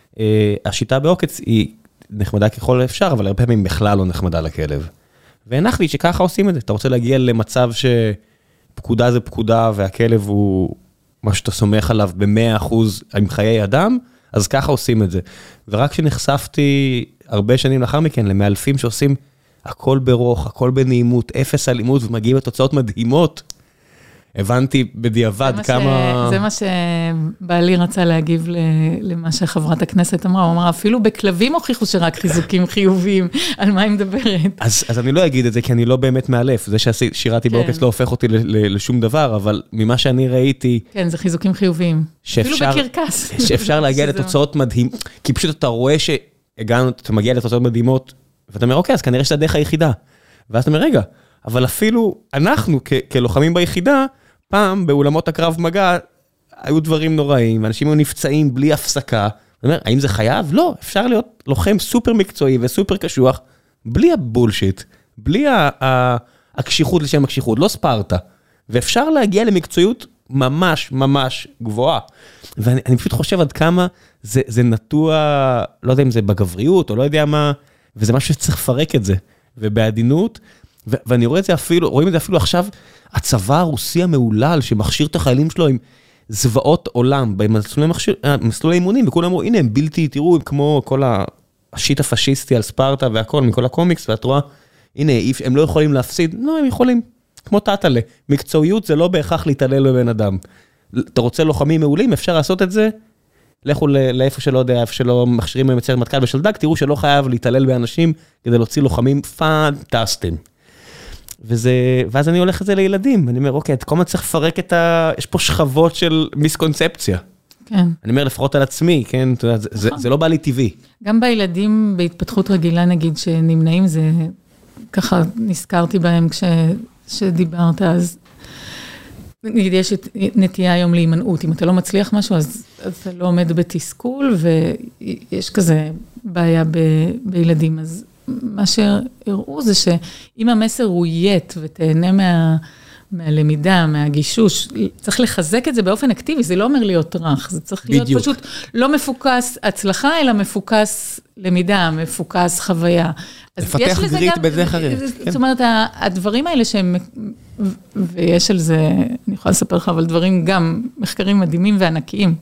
השיטה בעוקץ היא נחמדה ככל האפשר, אבל הרבה פעמים בכלל לא נחמדה לכלב. והנחתי לי שככה עושים את זה. אתה רוצה להגיע למצב שפקודה זה פקודה, והכלב הוא מה שאתה סומך עליו ב-מאה אחוז עם חיי אדם, אז ככה עושים את זה. ורק כשנחשפתי הרבה שנים לאחר מכן, למאלפים שעושים הכל ברוך, הכל בנעימות, אפס אלימות, ומגיעים לתוצאות מדהימות, הבנתי בדיעבד כמה... זה מה שבעלי רצה להגיב למה שחברת הכנסת אמרה, הוא אמרה, אפילו בכלבים הוכיחו שרק חיזוקים חיוביים, על מה היא מדברת. אז אני לא אגיד את זה, כי אני לא באמת מאלף, זה ששירתי בעוקץ לא הופך אותי לשום דבר, אבל ממה שאני ראיתי... כן, זה חיזוקים חיוביים, אפילו בקרקס. שאפשר להגיע לתוצאות מדהים, כי פשוט אתה רואה שהגענו, אתה מגיע לתוצאות מדהימות, ואתה אומר, אוקיי, אז כנראה שאתה דרך היחידה. ואז אתה אומר, רגע, אבל אפילו אנחנו כלוחמים ביחידה, פעם באולמות הקרב מגע, היו דברים נוראים, ואנשים היו נפצעים בלי הפסקה. זאת אומרת, האם זה חייב? לא, אפשר להיות לוחם סופר מקצועי וסופר קשוח, בלי הבולשיט, בלי הקשיחות לשם הקשיחות, לא ספרטה. ואפשר להגיע למקצועיות ממש ממש גבוהה. ואני פשוט חושב עד כמה זה, זה נטוע, לא יודע אם זה בגבריות, או לא יודע מה, וזה משהו שצריך לפרק את זה. ובעדינות, ו- ואני רואה את זה אפילו, רואים את זה אפילו עכשיו, הצבא הרוסי המעולל, שמכשיר את החיילים שלו עם זוועות עולם, במסלולי אימונים, וכולם אמרו, הנה, הם בלתי, תראו, הם כמו כל השיט הפשיסטי על ספרטה והכל, מכל הקומיקס, ואת רואה, הנה, הם לא יכולים להפסיד, לא, הם יכולים, כמו תתלה, מקצועיות זה לא בהכרח להתעלל בבן אדם. אתה רוצה לוחמים מעולים, אפשר לעשות את זה, לכו לאיפה שלא יודע, איפה שלא מכשירים ממצרת מטכ"ל ושלדג, תראו שלא חייב להתעלל באנשים, כדי להוציא לוחמים פנטסטיים. וזה, ואז אני הולך את זה לילדים, אני אומר, אוקיי, כל מה צריך לפרק את ה... יש פה שכבות של מיסקונספציה. כן. אני אומר, לפחות על עצמי, כן? זה, זה, זה לא בא לי טבעי. גם בילדים בהתפתחות רגילה, נגיד, שנמנעים, זה ככה נזכרתי בהם כש, שדיברת, אז נגיד, יש נטייה היום להימנעות. אם אתה לא מצליח משהו, אז אתה לא עומד בתסכול, ויש כזה בעיה ב, בילדים. אז מה שהראו זה שאם המסר הוא יט ותהנה מה, מהלמידה, מהגישוש, צריך לחזק את זה באופן אקטיבי, זה לא אומר להיות רך, זה צריך להיות בדיוק. פשוט לא מפוקס הצלחה, אלא מפוקס למידה, מפוקס חוויה. לפתח גרית בזה חרב. זאת אומרת, הדברים האלה שהם, ויש על זה, אני יכולה לספר לך, אבל דברים גם מחקרים מדהימים וענקיים,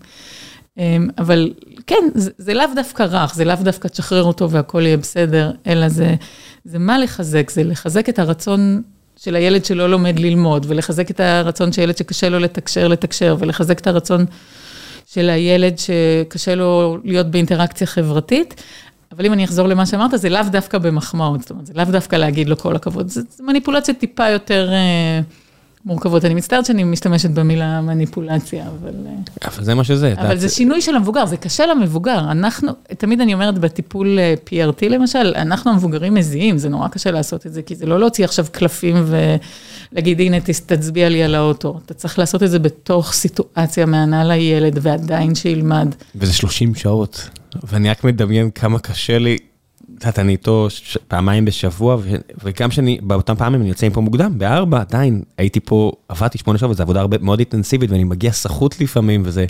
אבל כן, זה, זה לאו דווקא רך, זה לאו דווקא תשחרר אותו והכל יהיה בסדר, אלא זה, זה מה לחזק, זה לחזק את הרצון של הילד שלא לומד ללמוד, ולחזק את הרצון של הילד שקשה לו לתקשר, לתקשר, ולחזק את הרצון של הילד שקשה לו להיות באינטראקציה חברתית, אבל אם אני אחזור למה שאמרת, זה לאו דווקא במחמאות, זאת אומרת, זה לאו דווקא להגיד לו כל הכבוד, זה, זה מניפולציה טיפה יותר אה, מורכבות, אני מצטערת שאני משתמשת במילה מניפולציה, אבל... אבל זה מה שזה. אבל זה שינוי של המבוגר, זה קשה למבוגר, אנחנו, תמיד אני אומרת בטיפול פי אר טי למשל, אנחנו המבוגרים מזיעים, זה נורא קשה לעשות את זה, כי זה לא להוציא עכשיו קלפים ולהגיד, הנה תצביע לי על האוטו, אתה צריך לעשות את זה בתוך סיטואציה מענה לילד, ועדיין שילמד. וזה שלושים שעות, ואני רק מדמיין כמה קשה לי, את אני איתו פעמיים בשבוע, וגם שאני, באותם פעמים אני יוצא עם פה מוקדם, בארבע, עדיין, הייתי פה, עבדתי שמונה שעות, וזו עבודה מאוד אינטנסיבית, ואני מגיע סחוט לפעמים, וזה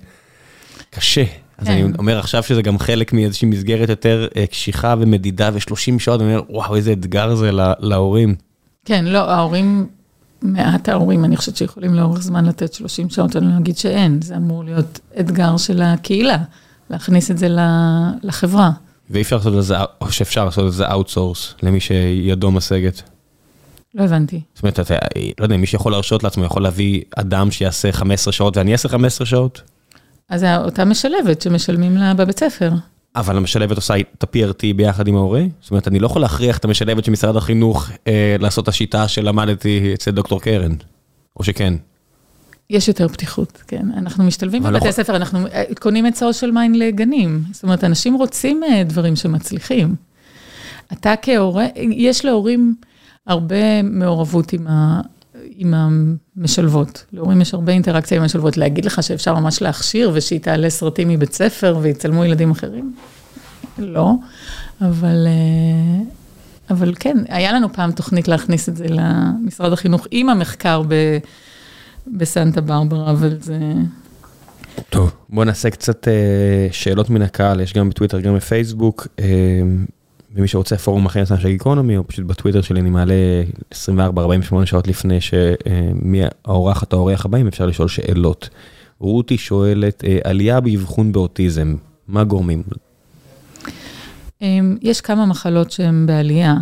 קשה. אז אני אומר עכשיו שזה גם חלק מאיזושהי מסגרת יותר קשיחה ומדידה, ו-שלושים שעות, ואני אומר, וואו, איזה אתגר זה להורים. כן, לא, ההורים, מעט ההורים, אני חושבת שיכולים לאורך זמן לתת שלושים שעות, אני לא אגיד שאין, זה אמור להיות אתגר של הקהילה, להכניס את זה לחברה. ואי אפשר לעשות את זה, או שאפשר לעשות את זה אאוטסורס, למי שידו משגת. לא הבנתי. זאת אומרת, אתה, לא יודע, מי שיכול להרשות לעצמו, יכול להביא אדם שיעשה חמש עשרה שעות, ואני אעשה חמש עשרה שעות? אז אותה משלבת שמשלמים לה בבית ספר. אבל המשלבת עושה את ה-פי אר טי ביחד עם ההורה? זאת אומרת, אני לא יכול להכריח את המשלבת של משרד החינוך אה, לעשות את השיטה שלמדתי אצל דוקטור קרן, או שכן? יש יותר פתיחות, כן. אנחנו משתלבים בבתי הספר, אנחנו קונים את סושיאל מיינד לגנים. זאת אומרת, אנשים רוצים דברים שמצליחים. אתה כהורה, יש להורים הרבה מעורבות עם, ה, עם המשלבות. להורים יש הרבה אינטראקציה עם המשלבות. להגיד לך שאפשר ממש להכשיר, ושהיא תעלה סרטים מבית ספר, ויצלמו ילדים אחרים? לא. אבל, אבל כן, היה לנו פעם תוכנית להכניס את זה למשרד החינוך, עם המחקר ב... בסנטה ברברה, אבל זה... טוב, בוא נעשה קצת שאלות מן הקהל, יש גם בטוויטר, גם בפייסבוק, ומי שרוצה פורום אחר של גיקונומי, או פשוט בטוויטר שלי אני מעלה עשרים וארבע עד ארבעים ושמונה שעות לפני שמי האורחת או האורח הבאים, אפשר לשאול שאלות. רותי שואלת, עלייה באבחון באוטיזם, מה גורמים? יש כמה מחלות שהן בעלייה,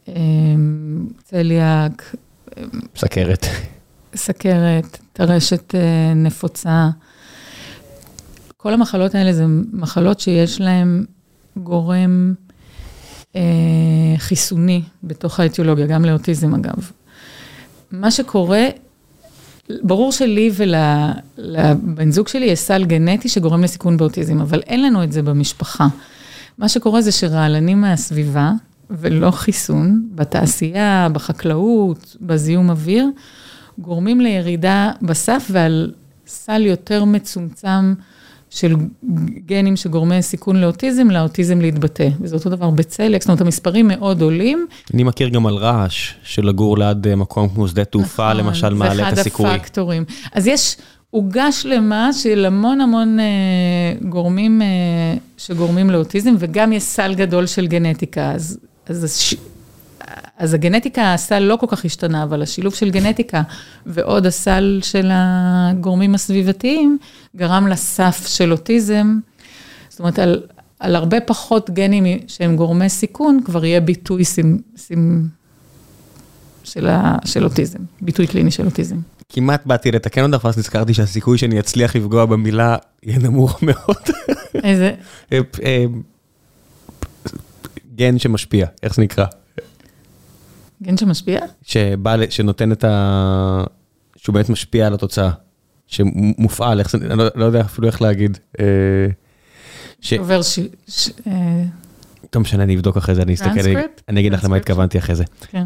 צליאק, סכרת. סכרת, טרשת נפוצה. כל המחלות האלה זה מחלות שיש להן גורם אה, חיסוני בתוך האטיולוגיה, גם לאוטיזם אגב. מה שקורה, ברור שלי ולבן זוג שלי יש סל גנטי שגורם לסיכון באוטיזם, אבל אין לנו את זה במשפחה. מה שקורה זה שרעלנים מהסביבה, ולא חיסון, בתעשייה, בחקלאות, בזיהום אוויר, גורמים לירידה בסף ועל סל יותר מצומצם של גנים שגורמי סיכון לאוטיזם, לאוטיזם להתבטא. וזה אותו דבר בצליאק, זאת אומרת, המספרים מאוד עולים. אני מכיר גם על רעש, של לגור ליד מקום כמו שדה תעופה, למשל, מעלה את הסיכוי. זה אחד הפקטורים. אז יש עוגה שלמה של המון המון גורמים שגורמים לאוטיזם, וגם יש סל גדול של גנטיקה. אז, אז אז הגנטיקה, הסל לא כל כך השתנה, אבל השילוב של גנטיקה ועוד הסל של הגורמים הסביבתיים, גרם לסף של אוטיזם. זאת אומרת, על, על הרבה פחות גנים שהם גורמי סיכון, כבר יהיה ביטוי סימ, סימ, של, ה, של אוטיזם, ביטוי קליני של אוטיזם. כמעט באתי לתקן אותך, ואז נזכרתי שהסיכוי שאני אצליח לפגוע במילה יהיה נמוך מאוד. איזה? גן שמשפיע, איך זה נקרא? גן שמשפיע? שבא, שנותן את ה... שהוא באמת משפיע על התוצאה. שמופעל, איך זה... אני לא, לא יודע אפילו איך להגיד. ש... עובר ש... ש... טוב משנה, אני אבדוק אחרי זה, אני אסתכל, אני, אני אגיד לך למה התכוונתי אחרי זה. כן.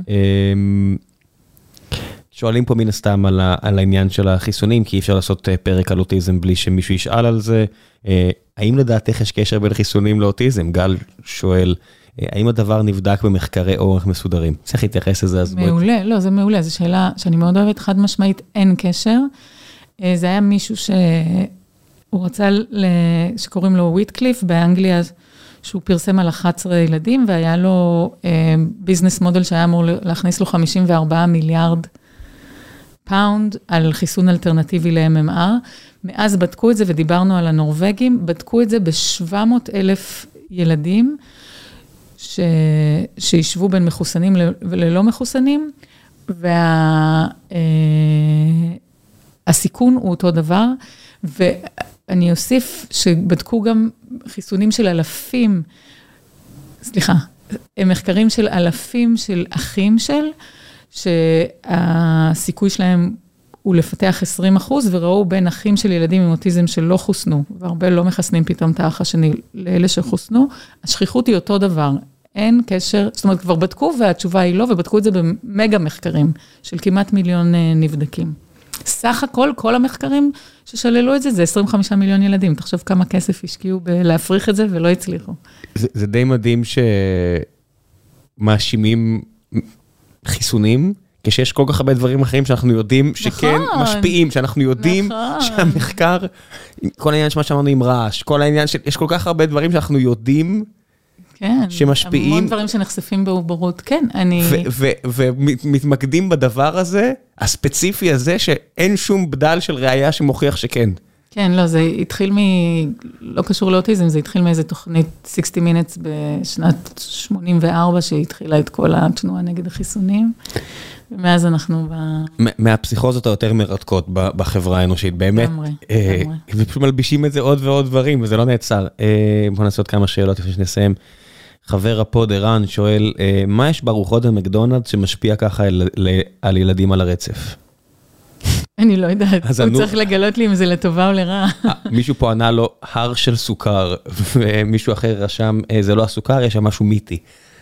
שואלים פה מן הסתם על, ה, על העניין של החיסונים, כי אי אפשר לעשות פרק על אוטיזם בלי שמישהו ישאל על זה. האם לדעתך יש קשר בין חיסונים לאוטיזם? גל שואל, האם הדבר נבדק במחקרי אורך מסודרים? צריך להתייחס לזה אז... מעולה, בוא... לא, זה מעולה, זו שאלה שאני מאוד אוהבת, חד משמעית, אין קשר. זה היה מישהו שהוא רצה, ל... שקוראים לו וויטקליף באנגליה, שהוא פרסם על אחת עשרה ילדים, והיה לו ביזנס מודל שהיה אמור להכניס לו חמישים וארבעה מיליארד פאונד על חיסון אלטרנטיבי ל-אם אם אר. מאז בדקו את זה, ודיברנו על הנורווגים, בדקו את זה ב-שבע מאות אלף ילדים, ש... שישבו בין מחוסנים וללא מחוסנים, והסיכון וה... הוא אותו דבר, ואני אוסיף שבדקו גם חיסונים של אלפים, סליחה, מחקרים של אלפים של אחים של, שהסיכוי שלהם הוא לפתח עשרים אחוז, וראו בין אחים של ילדים עם אוטיזם שלא חוסנו, והרבה לא מחסנים פתאום את האח השני לאלה שחוסנו, השכיחות היא אותו דבר, אין קשר, זאת אומרת כבר בדקו, והתשובה היא לא, ובדקו את זה במגה מחקרים, של כמעט מיליון נבדקים. סך הכל, כל המחקרים ששללו את זה, זה עשרים וחמישה מיליון ילדים. תחשוב כמה כסף השקיעו בלהפריך את זה, ולא הצליחו. זה, זה די מדהים שמאשימים חיסונים, כשיש כל כך הרבה דברים אחרים שאנחנו יודעים שכן נכון, משפיעים, שאנחנו יודעים נכון. שהמחקר, כל העניין שמה שאמרנו עם רעש, כל העניין שיש כל כך הרבה דברים שאנחנו יודעים, כן, שמשפיעים. המון דברים שנחשפים בעוברות, כן, אני... ומתמקדים בדבר הזה, הספציפי הזה, שאין שום בדל של ראייה שמוכיח שכן. כן, לא, זה התחיל מ... לא קשור לאוטיזם, זה התחיל מאיזה תוכנית שישים מינטס בשנת שמונים וארבע, שהתחילה את כל התנועה נגד החיסונים, ומאז אנחנו ב... מהפסיכוזות היותר מרתקות בחברה האנושית, באמת. לגמרי, לגמרי. ופשוט מלבישים את זה עוד ועוד דברים, וזה לא נעצר. בואו נעשה עוד כמה שאלות לפני שנסיים. חבר הפוד ערן שואל, מה יש בארוחות במקדונלדס שמשפיע ככה על ילדים על הרצף? אני לא יודעת, הוא צריך לגלות לי אם זה לטובה או לרעה. מישהו פה ענה לו, הר של סוכר, ומישהו אחר רשם, זה לא הסוכר, יש שם משהו מיתי.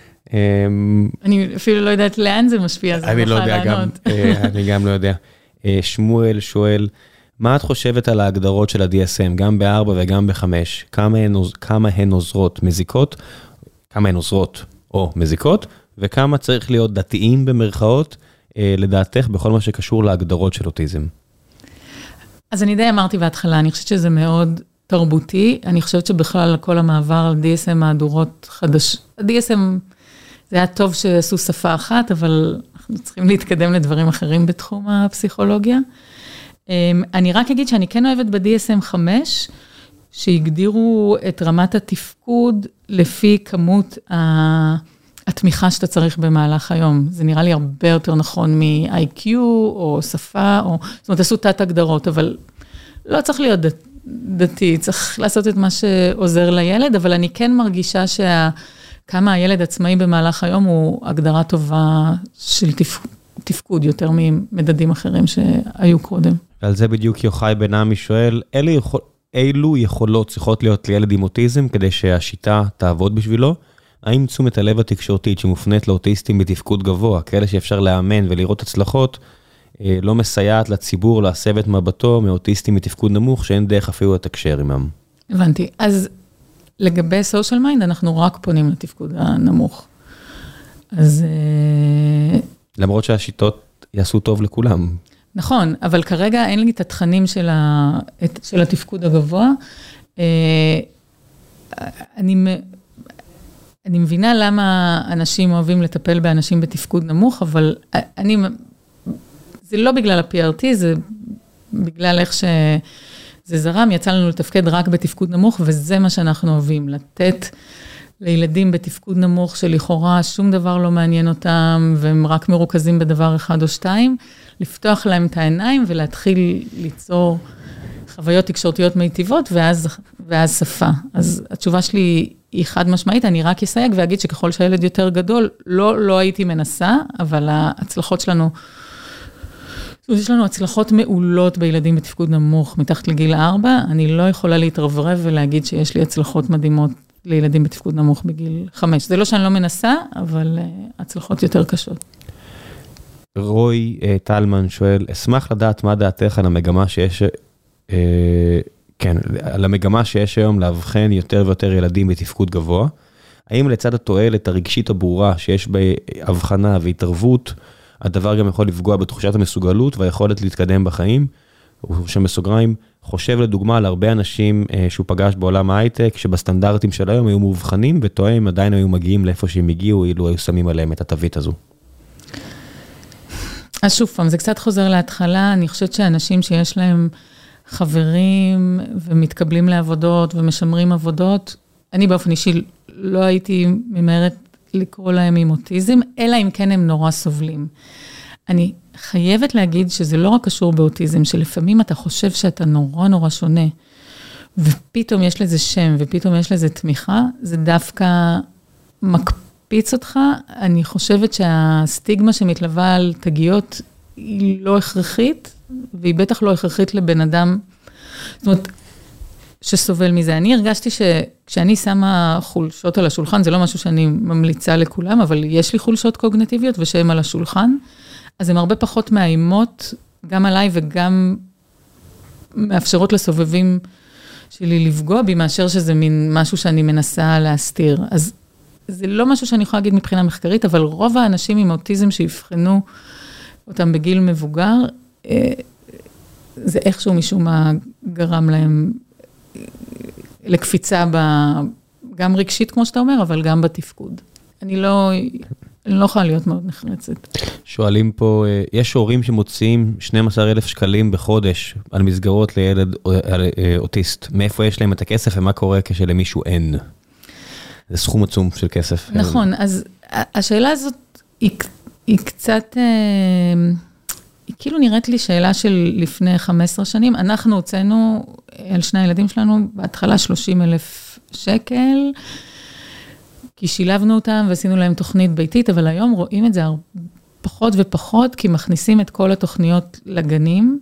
אני אפילו לא יודעת לאן זה משפיע, אז אני לא יודע גם, אני גם לא יודע. שמואל שואל, מה את חושבת על ההגדרות של ה-די אס אם, גם ב-ארבע וגם ב-חמש? כמה הן עוזרות מזיקות, כמה הן עוזרות או מזיקות, וכמה צריך להיות דתיים במרכאות, לדעתך בכל מה שקשור להגדרות של אוטיזם? אז אני די אמרתי בהתחלה, אני חושבת שזה מאוד תרבותי, אני חושבת שבכלל כל המעבר על די אס אם מהדורות חדש, ה-די אס אם זה היה טוב שעשו שפה אחת, אבל אנחנו צריכים להתקדם לדברים אחרים בתחום הפסיכולוגיה. אני רק אגיד שאני כן אוהבת ב-די אס אם חמש, שהגדירו את רמת התפקוד לפי כמות התמיכה שאתה צריך במהלך היום. זה נראה לי הרבה יותר נכון מ-איי קיו או שפה, או, זאת אומרת, עשו תת הגדרות, אבל לא צריך להיות דת, דתי, צריך לעשות את מה שעוזר לילד, אבל אני כן מרגישה שכמה הילד עצמאי במהלך היום הוא הגדרה טובה של תפ, תפקוד יותר ממדדים אחרים שהיו קודם. ועל זה בדיוק יוחאי בן עמי שואל, אלה יכול... אילו יכולות צריכות להיות לילד עם אוטיזם, כדי שהשיטה תעבוד בשבילו? האם תשומת הלב התקשורתית שמופנית לאוטיסטים בתפקוד גבוה, כאלה שאפשר לאמן ולראות הצלחות, לא מסייעת לציבור להסב את מבטו מאוטיסטים בתפקוד נמוך, שאין דרך אפילו לתקשר עמם? הבנתי. אז לגבי סושיאל מיינד, אנחנו רק פונים לתפקוד הנמוך. אז... למרות שהשיטות יעשו טוב לכולם. נכון, אבל כרגע אין לי את התכנים של, ה, את, של התפקוד הגבוה. אני, אני מבינה למה אנשים אוהבים לטפל באנשים בתפקוד נמוך, אבל אני, זה לא בגלל ה-פי אר טי, זה בגלל איך זה זרם, יצא לנו לתפקד רק בתפקוד נמוך, וזה מה שאנחנו אוהבים, לתת לילדים בתפקוד נמוך, שלכאורה שום דבר לא מעניין אותם, והם רק מרוכזים בדבר אחד או שתיים, לפתוח להם את העיניים, ולהתחיל ליצור חוויות תקשורתיות מיטיבות, ואז, ואז שפה. אז התשובה שלי היא חד משמעית, אני רק אסייג ואגיד שככל שהילד יותר גדול, לא, לא הייתי מנסה, אבל ההצלחות שלנו, יש לנו הצלחות מעולות בילדים בתפקוד נמוך, מתחת לגיל ארבע, אני לא יכולה להתרברב ולהגיד שיש לי הצלחות מדהימות לילדים בתפקוד נמוך בגיל חמש. זה לא שאני לא מנסה, אבל הצלחות יותר קשות. רוי טלמן שואל, אשמח לדעת מה דעתך על המגמה שיש, כן, על המגמה שיש היום להבחן יותר ויותר ילדים בתפקוד גבוה. האם לצד התועלת הרגשית הברורה שיש בהבחנה והתערבות, הדבר גם יכול לפגוע בתחושת המסוגלות והיכולת להתקדם בחיים? הוא שם בסוגריים, חושב לדוגמה על הרבה אנשים שהוא פגש בעולם ההייטק, שבסטנדרטים של היום היו מאובחנים, וטועה אם עדיין היו מגיעים לאיפה שהם הגיעו, אילו היו שמים עליהם את התווית הזו. אז שוב פעם, זה קצת חוזר להתחלה, אני חושבת שאנשים שיש להם חברים ומתקבלים לעבודות ומשמרים עבודות, אני באופן אישי לא הייתי ממהרת לקרוא להם עם אוטיזם, אלא אם כן הם נורא סובלים. אני חייבת להגיד שזה לא רק קשור באוטיזם, שלפעמים אתה חושב שאתה נורא נורא שונה, ופתאום יש לזה שם, ופתאום יש לזה תמיכה, זה דווקא מקפיץ אותך. אני חושבת שהסטיגמה שמתלווה על תגיות היא לא הכרחית, והיא בטח לא הכרחית לבן אדם, זאת אומרת, שסובל מזה. אני הרגשתי שכשאני שמה חולשות על השולחן, זה לא משהו שאני ממליצה לכולם, אבל יש לי חולשות קוגניטיביות ושהם על השולחן, אז הן הרבה פחות מאיימות, גם עליי וגם מאפשרות לסובבים שלי לפגוע בי, מאשר שזה מין משהו שאני מנסה להסתיר. אז זה לא משהו שאני יכולה להגיד מבחינה מחקרית, אבל רוב האנשים עם אוטיזם שיבחנו אותם בגיל מבוגר, זה איכשהו משום מה גרם להם לקפיצה ב... גם רגשית, כמו שאתה אומר, אבל גם בתפקוד. אני לא... אני לא יכולה להיות מאוד נחרצת. שואלים פה, יש הורים שמוציאים שנים עשר אלף שקלים בחודש על מסגרות לילד אוטיסט. מאיפה יש להם את הכסף ומה קורה כשלמישהו אין? זה סכום עצום של כסף. נכון, אז השאלה הזאת היא, היא קצת, היא כאילו נראית לי שאלה של לפני חמש עשרה שנים. אנחנו הוצאנו על שני הילדים שלנו בהתחלה שלושים אלף שקל, כי שילבנו אותם ועשינו להם תוכנית ביתית, אבל היום רואים את זה פחות ופחות, כי מכניסים את כל התוכניות לגנים.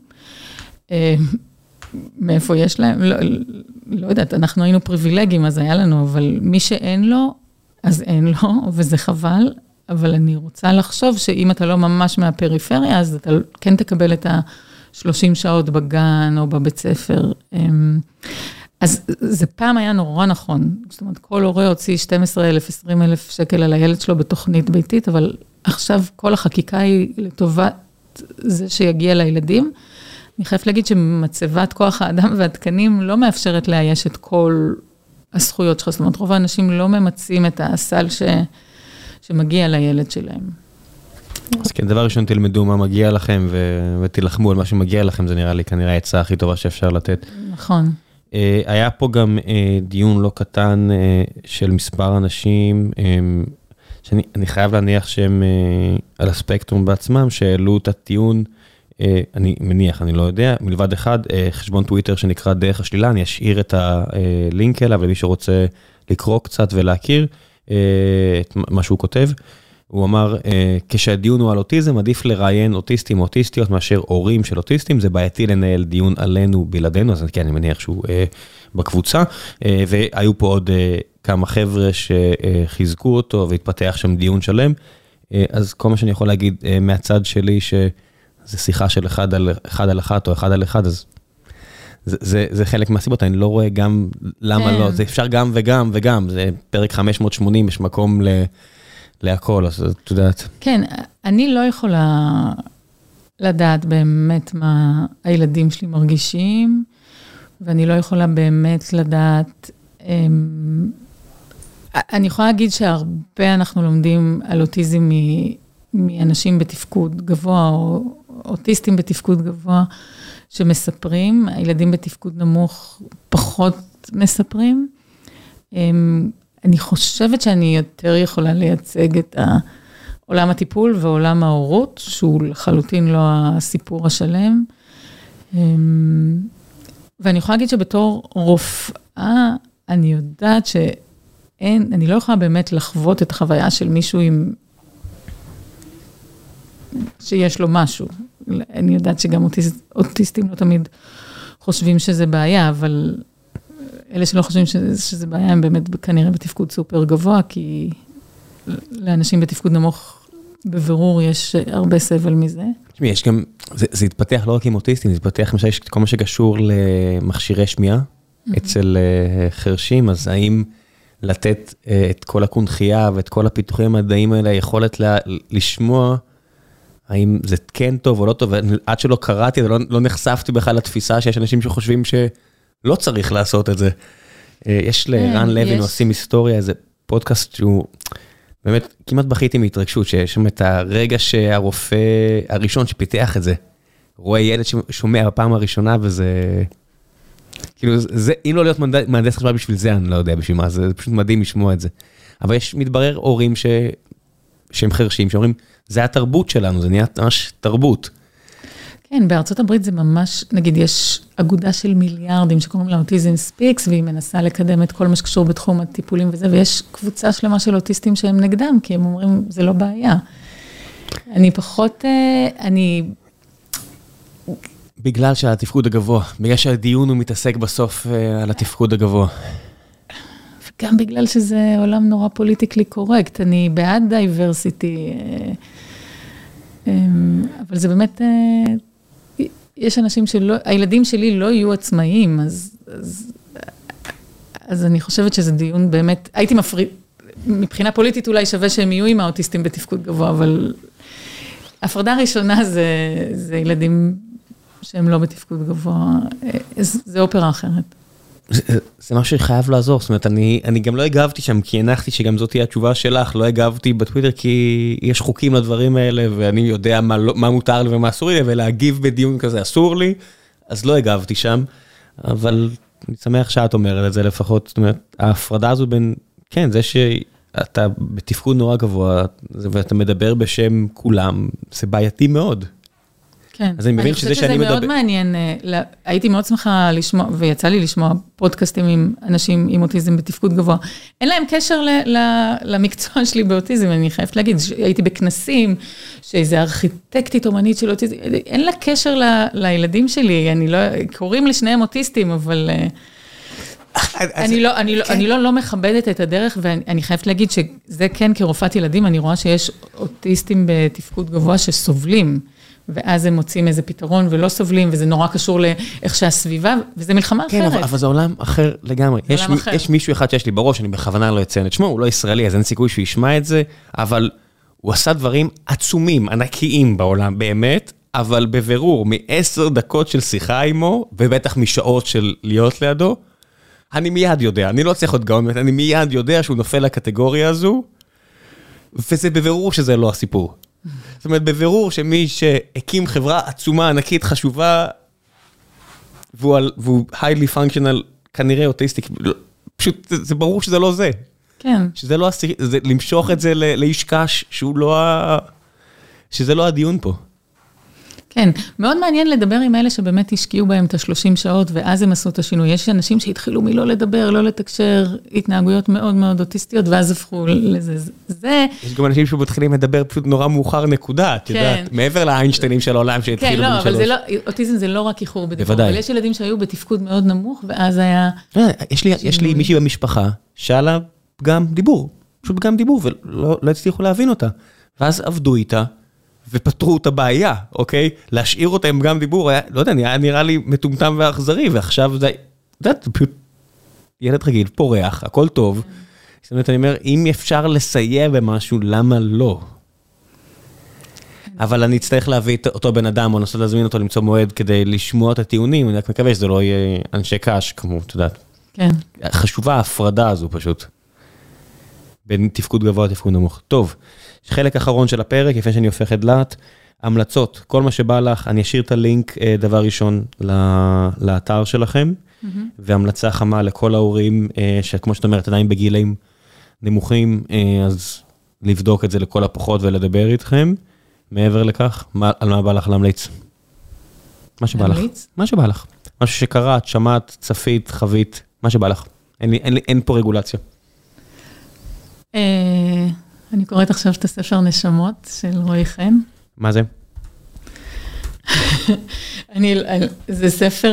מאיפה יש להם? לא, לא יודעת, אנחנו היינו פריבילגיים, אז היה לנו, אבל מי שאין לו, אז אין לו, וזה חבל, אבל אני רוצה לחשוב שאם אתה לא ממש מהפריפריה, אז אתה כן תקבל את ה-שלושים שעות בגן או בבית ספר. אז זה פעם היה נורא נכון, זאת אומרת, כל הורה הוציא שנים עשר אלף, עשרים אלף שקל על הילד שלו בתוכנית ביתית, אבל עכשיו כל החקיקה היא לטובת זה שיגיע לילדים. אני חייבת להגיד שמצבת כוח האדם והתקנים לא מאפשרת לאייש את כל הזכויות שלך, זאת אומרת, רוב האנשים לא ממצים את הסל ש... שמגיע לילד שלהם. אז כן, דבר ראשון, תלמדו מה מגיע לכם, ו... ותלחמו על מה שמגיע לכם, זה נראה לי כנראה העצה הכי טובה שאפשר לתת. נכון. היה פה גם דיון לא קטן של מספר אנשים, שאני חייב להניח שהם על הספקטרום בעצמם, שהעלו את הטיעון, אני מניח, אני לא יודע, מלבד אחד, חשבון טוויטר שנקרא דרך השלילה, אני אשאיר את הלינק אליו, למי שרוצה לקרוא קצת ולהכיר את מה שהוא כותב. הוא אמר, כשהדיון הוא על אוטיזם, עדיף לראיין אוטיסטים או אוטיסטיות מאשר הורים של אוטיסטים, זה בעייתי לנהל דיון עלינו בלעדינו, אז כן, אני מניח שהוא בקבוצה, והיו פה עוד כמה חבר'ה שחיזקו אותו, והתפתח שם דיון שלם, אז כל מה שאני יכול להגיד מהצד שלי, שזה שיחה של אחד על, אחד על אחת או אחד על אחד, אז זה, זה, זה חלק מהסיבות, אני לא רואה גם למה לא, זה אפשר גם וגם וגם, זה פרק חמש מאות שמונים, יש מקום ל... להכל, אז את יודעת. כן, אני לא יכולה לדעת באמת מה הילדים שלי מרגישים, ואני לא יכולה באמת לדעת, אני יכולה להגיד שהרבה אנחנו לומדים על אוטיזם מאנשים בתפקוד גבוה, או אוטיסטים בתפקוד גבוה, שמספרים, הילדים בתפקוד נמוך פחות מספרים. אני חושבת שאני יותר יכולה לייצג את עולם הטיפול ועולם ההורות, שהוא לחלוטין לא הסיפור השלם. ואני יכולה להגיד שבתור רופאה, אני יודעת שאין, אני לא יכולה באמת לחוות את החוויה של מישהו עם, שיש לו משהו. אני יודעת שגם אוטיסט, אוטיסטים לא תמיד חושבים שזה בעיה, אבל אלה שלא חושבים שזה, שזה בעיה, הם באמת כנראה בתפקוד סופר גבוה, כי לאנשים בתפקוד נמוך בבירור יש הרבה סבל מזה. תשמעי, יש גם, זה, זה התפתח לא רק עם אוטיסטים, זה התפתח למשל, יש כל מה שקשור למכשירי שמיעה, mm-hmm. אצל uh, חרשים, אז האם לתת uh, את כל הקונחייה ואת כל הפיתוחים המדעיים האלה, היכולת לה, לשמוע, האם זה כן טוב או לא טוב, עד שלא קראתי, לא, לא נחשפתי בכלל לתפיסה שיש אנשים שחושבים שלא צריך לעשות את זה. Uh, יש לרן לוין, הוא עושים היסטוריה, איזה פודקאסט שהוא... באמת, כמעט בכיתי מהתרגשות, שיש שם את הרגע שהרופא הראשון שפיתח את זה, רואה ילד ששומע בפעם הראשונה, וזה... כאילו, זה, אם לא להיות מהנדס חשמל בשביל זה, אני לא יודע בשביל מה, זה פשוט מדהים לשמוע את זה. אבל יש מתברר הורים ש... שהם חרשים, שאומרים, זה התרבות שלנו, זה נהיה ממש תרבות. כן, בארצות הברית זה ממש, נגיד, יש אגודה של מיליארדים שקוראים לה אוטיזם ספיקס, והיא מנסה לקדם את כל מה שקשור בתחום הטיפולים וזה, ויש קבוצה שלמה של אוטיסטים שהם נגדם, כי הם אומרים, זה לא בעיה. אני פחות, אני... בגלל שהתפקוד הגבוה, בגלל שהדיון הוא מתעסק בסוף על התפקוד הגבוה. וגם בגלל שזה עולם נורא פוליטיקלי קורקט, אני בעד דייברסיטי, אבל זה באמת... יש אנשים שלא, הילדים שלי לא יהיו עצמאיים, אז, אז, אז אני חושבת שזה דיון באמת, הייתי מפריד, מבחינה פוליטית אולי שווה שהם יהיו עם האוטיסטים בתפקוד גבוה, אבל ההפרדה הראשונה זה, זה ילדים שהם לא בתפקוד גבוה, זה אופרה אחרת. זה, זה משהו שחייב לעזור, זאת אומרת, אני, אני גם לא הגבתי שם, כי הנחתי שגם זאת תהיה התשובה שלך, לא הגבתי בטוויטר, כי יש חוקים לדברים האלה, ואני יודע מה, מה מותר לי ומה אסור לי, ולהגיב בדיון כזה אסור לי, אז לא הגבתי שם, אבל אני שמח שאת אומרת את זה לפחות, זאת אומרת, ההפרדה הזו בין, כן, זה שאתה בתפקוד נורא גבוה, ואתה מדבר בשם כולם, זה בעייתי מאוד. כן. אז אני מבין שזה שאני מדבר... אני חושבת שזה מאוד מעניין, הייתי מאוד שמחה לשמוע, ויצא לי לשמוע פודקאסטים עם אנשים עם אוטיזם בתפקוד גבוה. אין להם קשר למקצוע שלי באוטיזם, אני חייבת להגיד, הייתי בכנסים, שאיזו ארכיטקטית אומנית של אוטיזם, אין לה קשר לילדים שלי, אני לא, קוראים לשניהם אוטיסטים, אבל... אני לא, אני לא, אני לא, לא מכבדת את הדרך, ואני חייבת להגיד שזה כן כרופאת ילדים, אני רואה שיש אוטיסטים בתפקוד גבוה שסובלים, ואז הם מוצאים איזה פתרון ולא סובלים, וזה נורא קשור לאיך שהסביבה, וזה מלחמה אחרת. כן, אבל, אבל זה עולם אחר לגמרי. יש, אחר. יש מישהו אחד שיש לי בראש, אני בכוונה לא אציין את שמו, הוא לא ישראלי, אז אין סיכוי שהוא ישמע את זה, אבל הוא עשה דברים עצומים, ענקיים בעולם, באמת, אבל בבירור, מעשר דקות של שיחה עמו, ובטח משעות של להיות לידו, אני מיד יודע, אני לא צריך עוד גאון, אני מיד יודע שהוא נופל לקטגוריה הזו, וזה בבירור שזה לא הסיפור. זאת אומרת, בבירור שמי שהקים חברה עצומה, ענקית, חשובה, והוא, והוא highly functional, כנראה אוטיסטיק, פשוט זה ברור שזה לא זה. כן. שזה לא, זה, למשוך את זה לאיש קש, שהוא לא, שזה לא הדיון פה. כן, מאוד מעניין לדבר עם אלה שבאמת השקיעו בהם את ה-שלושים שעות, ואז הם עשו את השינוי. יש אנשים שהתחילו מלא לדבר, לא לתקשר, התנהגויות מאוד מאוד אוטיסטיות, ואז הפכו לזה. זה... יש גם אנשים שמתחילים לדבר פשוט נורא מאוחר נקודה, את יודעת, מעבר לאיינשטיינים של העולם שהתחילו כן, לא, אבל זה לא, אוטיזם זה לא רק איחור בדיבור, אבל יש ילדים שהיו בתפקוד מאוד נמוך, ואז היה... יש לי, יש לי מישהי במשפחה, שעלה גם דיבור, פשוט גם דיבור, ולא לא הצליחו להבין אותה. ואז עבדו איתה, ופתרו את הבעיה, אוקיי? להשאיר אותם גם דיבור, היה, לא יודע, היה נראה לי מטומטם ואכזרי, ועכשיו זה, יודעת, פשוט ילד רגיל, פורח, הכל טוב. זאת אומרת, אני אומר, אם אפשר לסייע במשהו, למה לא? אבל אני אצטרך להביא את אותו בן אדם, או לנסות להזמין אותו למצוא מועד כדי לשמוע את הטיעונים, אני רק מקווה שזה לא יהיה אנשי קש, כמו, את יודעת. כן. חשובה ההפרדה הזו פשוט. בין תפקוד גבוה לתפקוד נמוך. טוב. חלק אחרון של הפרק, לפני שאני הופך את דלת, המלצות, כל מה שבא לך, אני אשאיר את הלינק דבר ראשון לאתר שלכם, והמלצה חמה לכל ההורים, שכמו שאת אומרת, עדיין בגילים נמוכים, אז לבדוק את זה לכל הפחות ולדבר איתכם. מעבר לכך, על מה בא לך להמליץ? מה שבא לך. מה שבא לך. משהו שקראת, שמעת, צפית, חווית, מה שבא לך. אין, אין, אין פה רגולציה. אני קוראת עכשיו את הספר נשמות של רועי חן. מה זה? אני, זה ספר,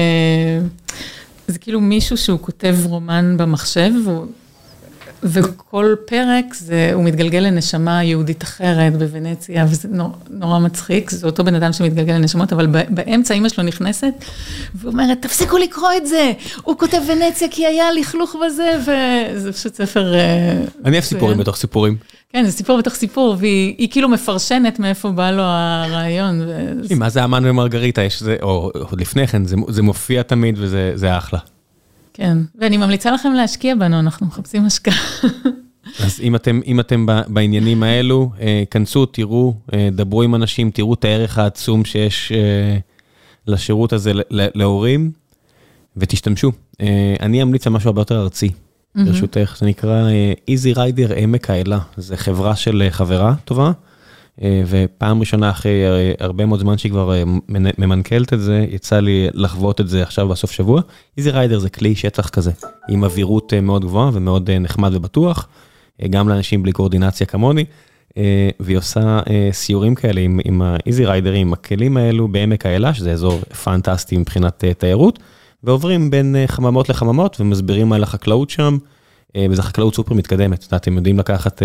זה כאילו מישהו שהוא כותב רומן במחשב, וכל פרק זה, הוא מתגלגל לנשמה יהודית אחרת בוונציה, וזה נורא מצחיק, זה אותו בן אדם שמתגלגל לנשמות, אבל באמצע אמא שלו נכנסת, ואומרת, תפסיקו לקרוא את זה, הוא כותב ונציה כי היה לכלוך בזה, וזה פשוט ספר... אני אוהב סיפורים בתוך סיפורים. כן, זה סיפור בתוך סיפור, והיא כאילו מפרשנת מאיפה בא לו הרעיון. מה זה אמן ומרגריטה, או לפני כן, זה מופיע תמיד וזה אחלה. כן, ואני ממליצה לכם להשקיע בנו, אנחנו מחפשים השקעה. אז אם אתם, אם אתם בעניינים האלו, כנסו, תראו, דברו עם אנשים, תראו את הערך העצום שיש לשירות הזה להורים, ותשתמשו. אני אמליץ על משהו הרבה יותר ארצי, ברשותך, זה נקרא Easy Rider עמק האלה, זה חברה של חברה טובה, ופעם ראשונה אחרי הרבה מאוד זמן שהיא כבר ממנכלת את זה, יצא לי לחוות את זה עכשיו בסוף שבוע. איזי ריידר זה כלי שטח כזה, עם אווירות מאוד גבוהה ומאוד נחמד ובטוח, גם לאנשים בלי קואורדינציה כמוני, והיא עושה סיורים כאלה עם, עם האיזי ריידרים, עם הכלים האלו בעמק האלה, שזה אזור פנטסטי מבחינת תיירות, ועוברים בין חממות לחממות ומסבירים על החקלאות שם, וזו חקלאות סופר מתקדמת, אתם יודעים לקחת...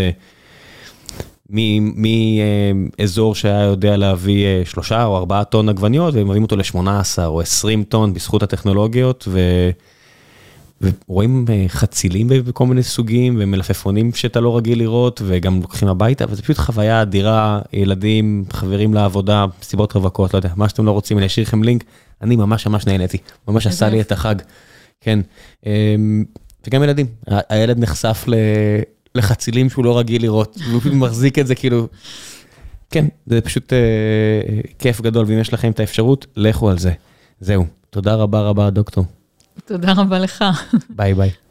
מאזור שהיה יודע להביא שלושה או ארבעה טון עגבניות, והם מביאים אותו ל-שמונה עשרה או עשרים טון בזכות הטכנולוגיות, ורואים חצילים בכל מיני סוגים, ומלפפונים שאתה לא רגיל לראות, וגם לוקחים הביתה, וזה פשוט חוויה אדירה, ילדים, חברים לעבודה, סיבות רווקות, לא יודע, מה שאתם לא רוצים, אני אשאיר לכם לינק, אני ממש ממש נהניתי, ממש עשה לי את החג, כן, וגם ילדים, הילד נחשף ל... לחצילים שהוא לא רגיל לראות, והוא פשוט מחזיק את זה כאילו, כן, זה פשוט אה, כיף גדול, ואם יש לכם את האפשרות, לכו על זה. זהו, תודה רבה רבה דוקטור. תודה רבה לך. ביי ביי.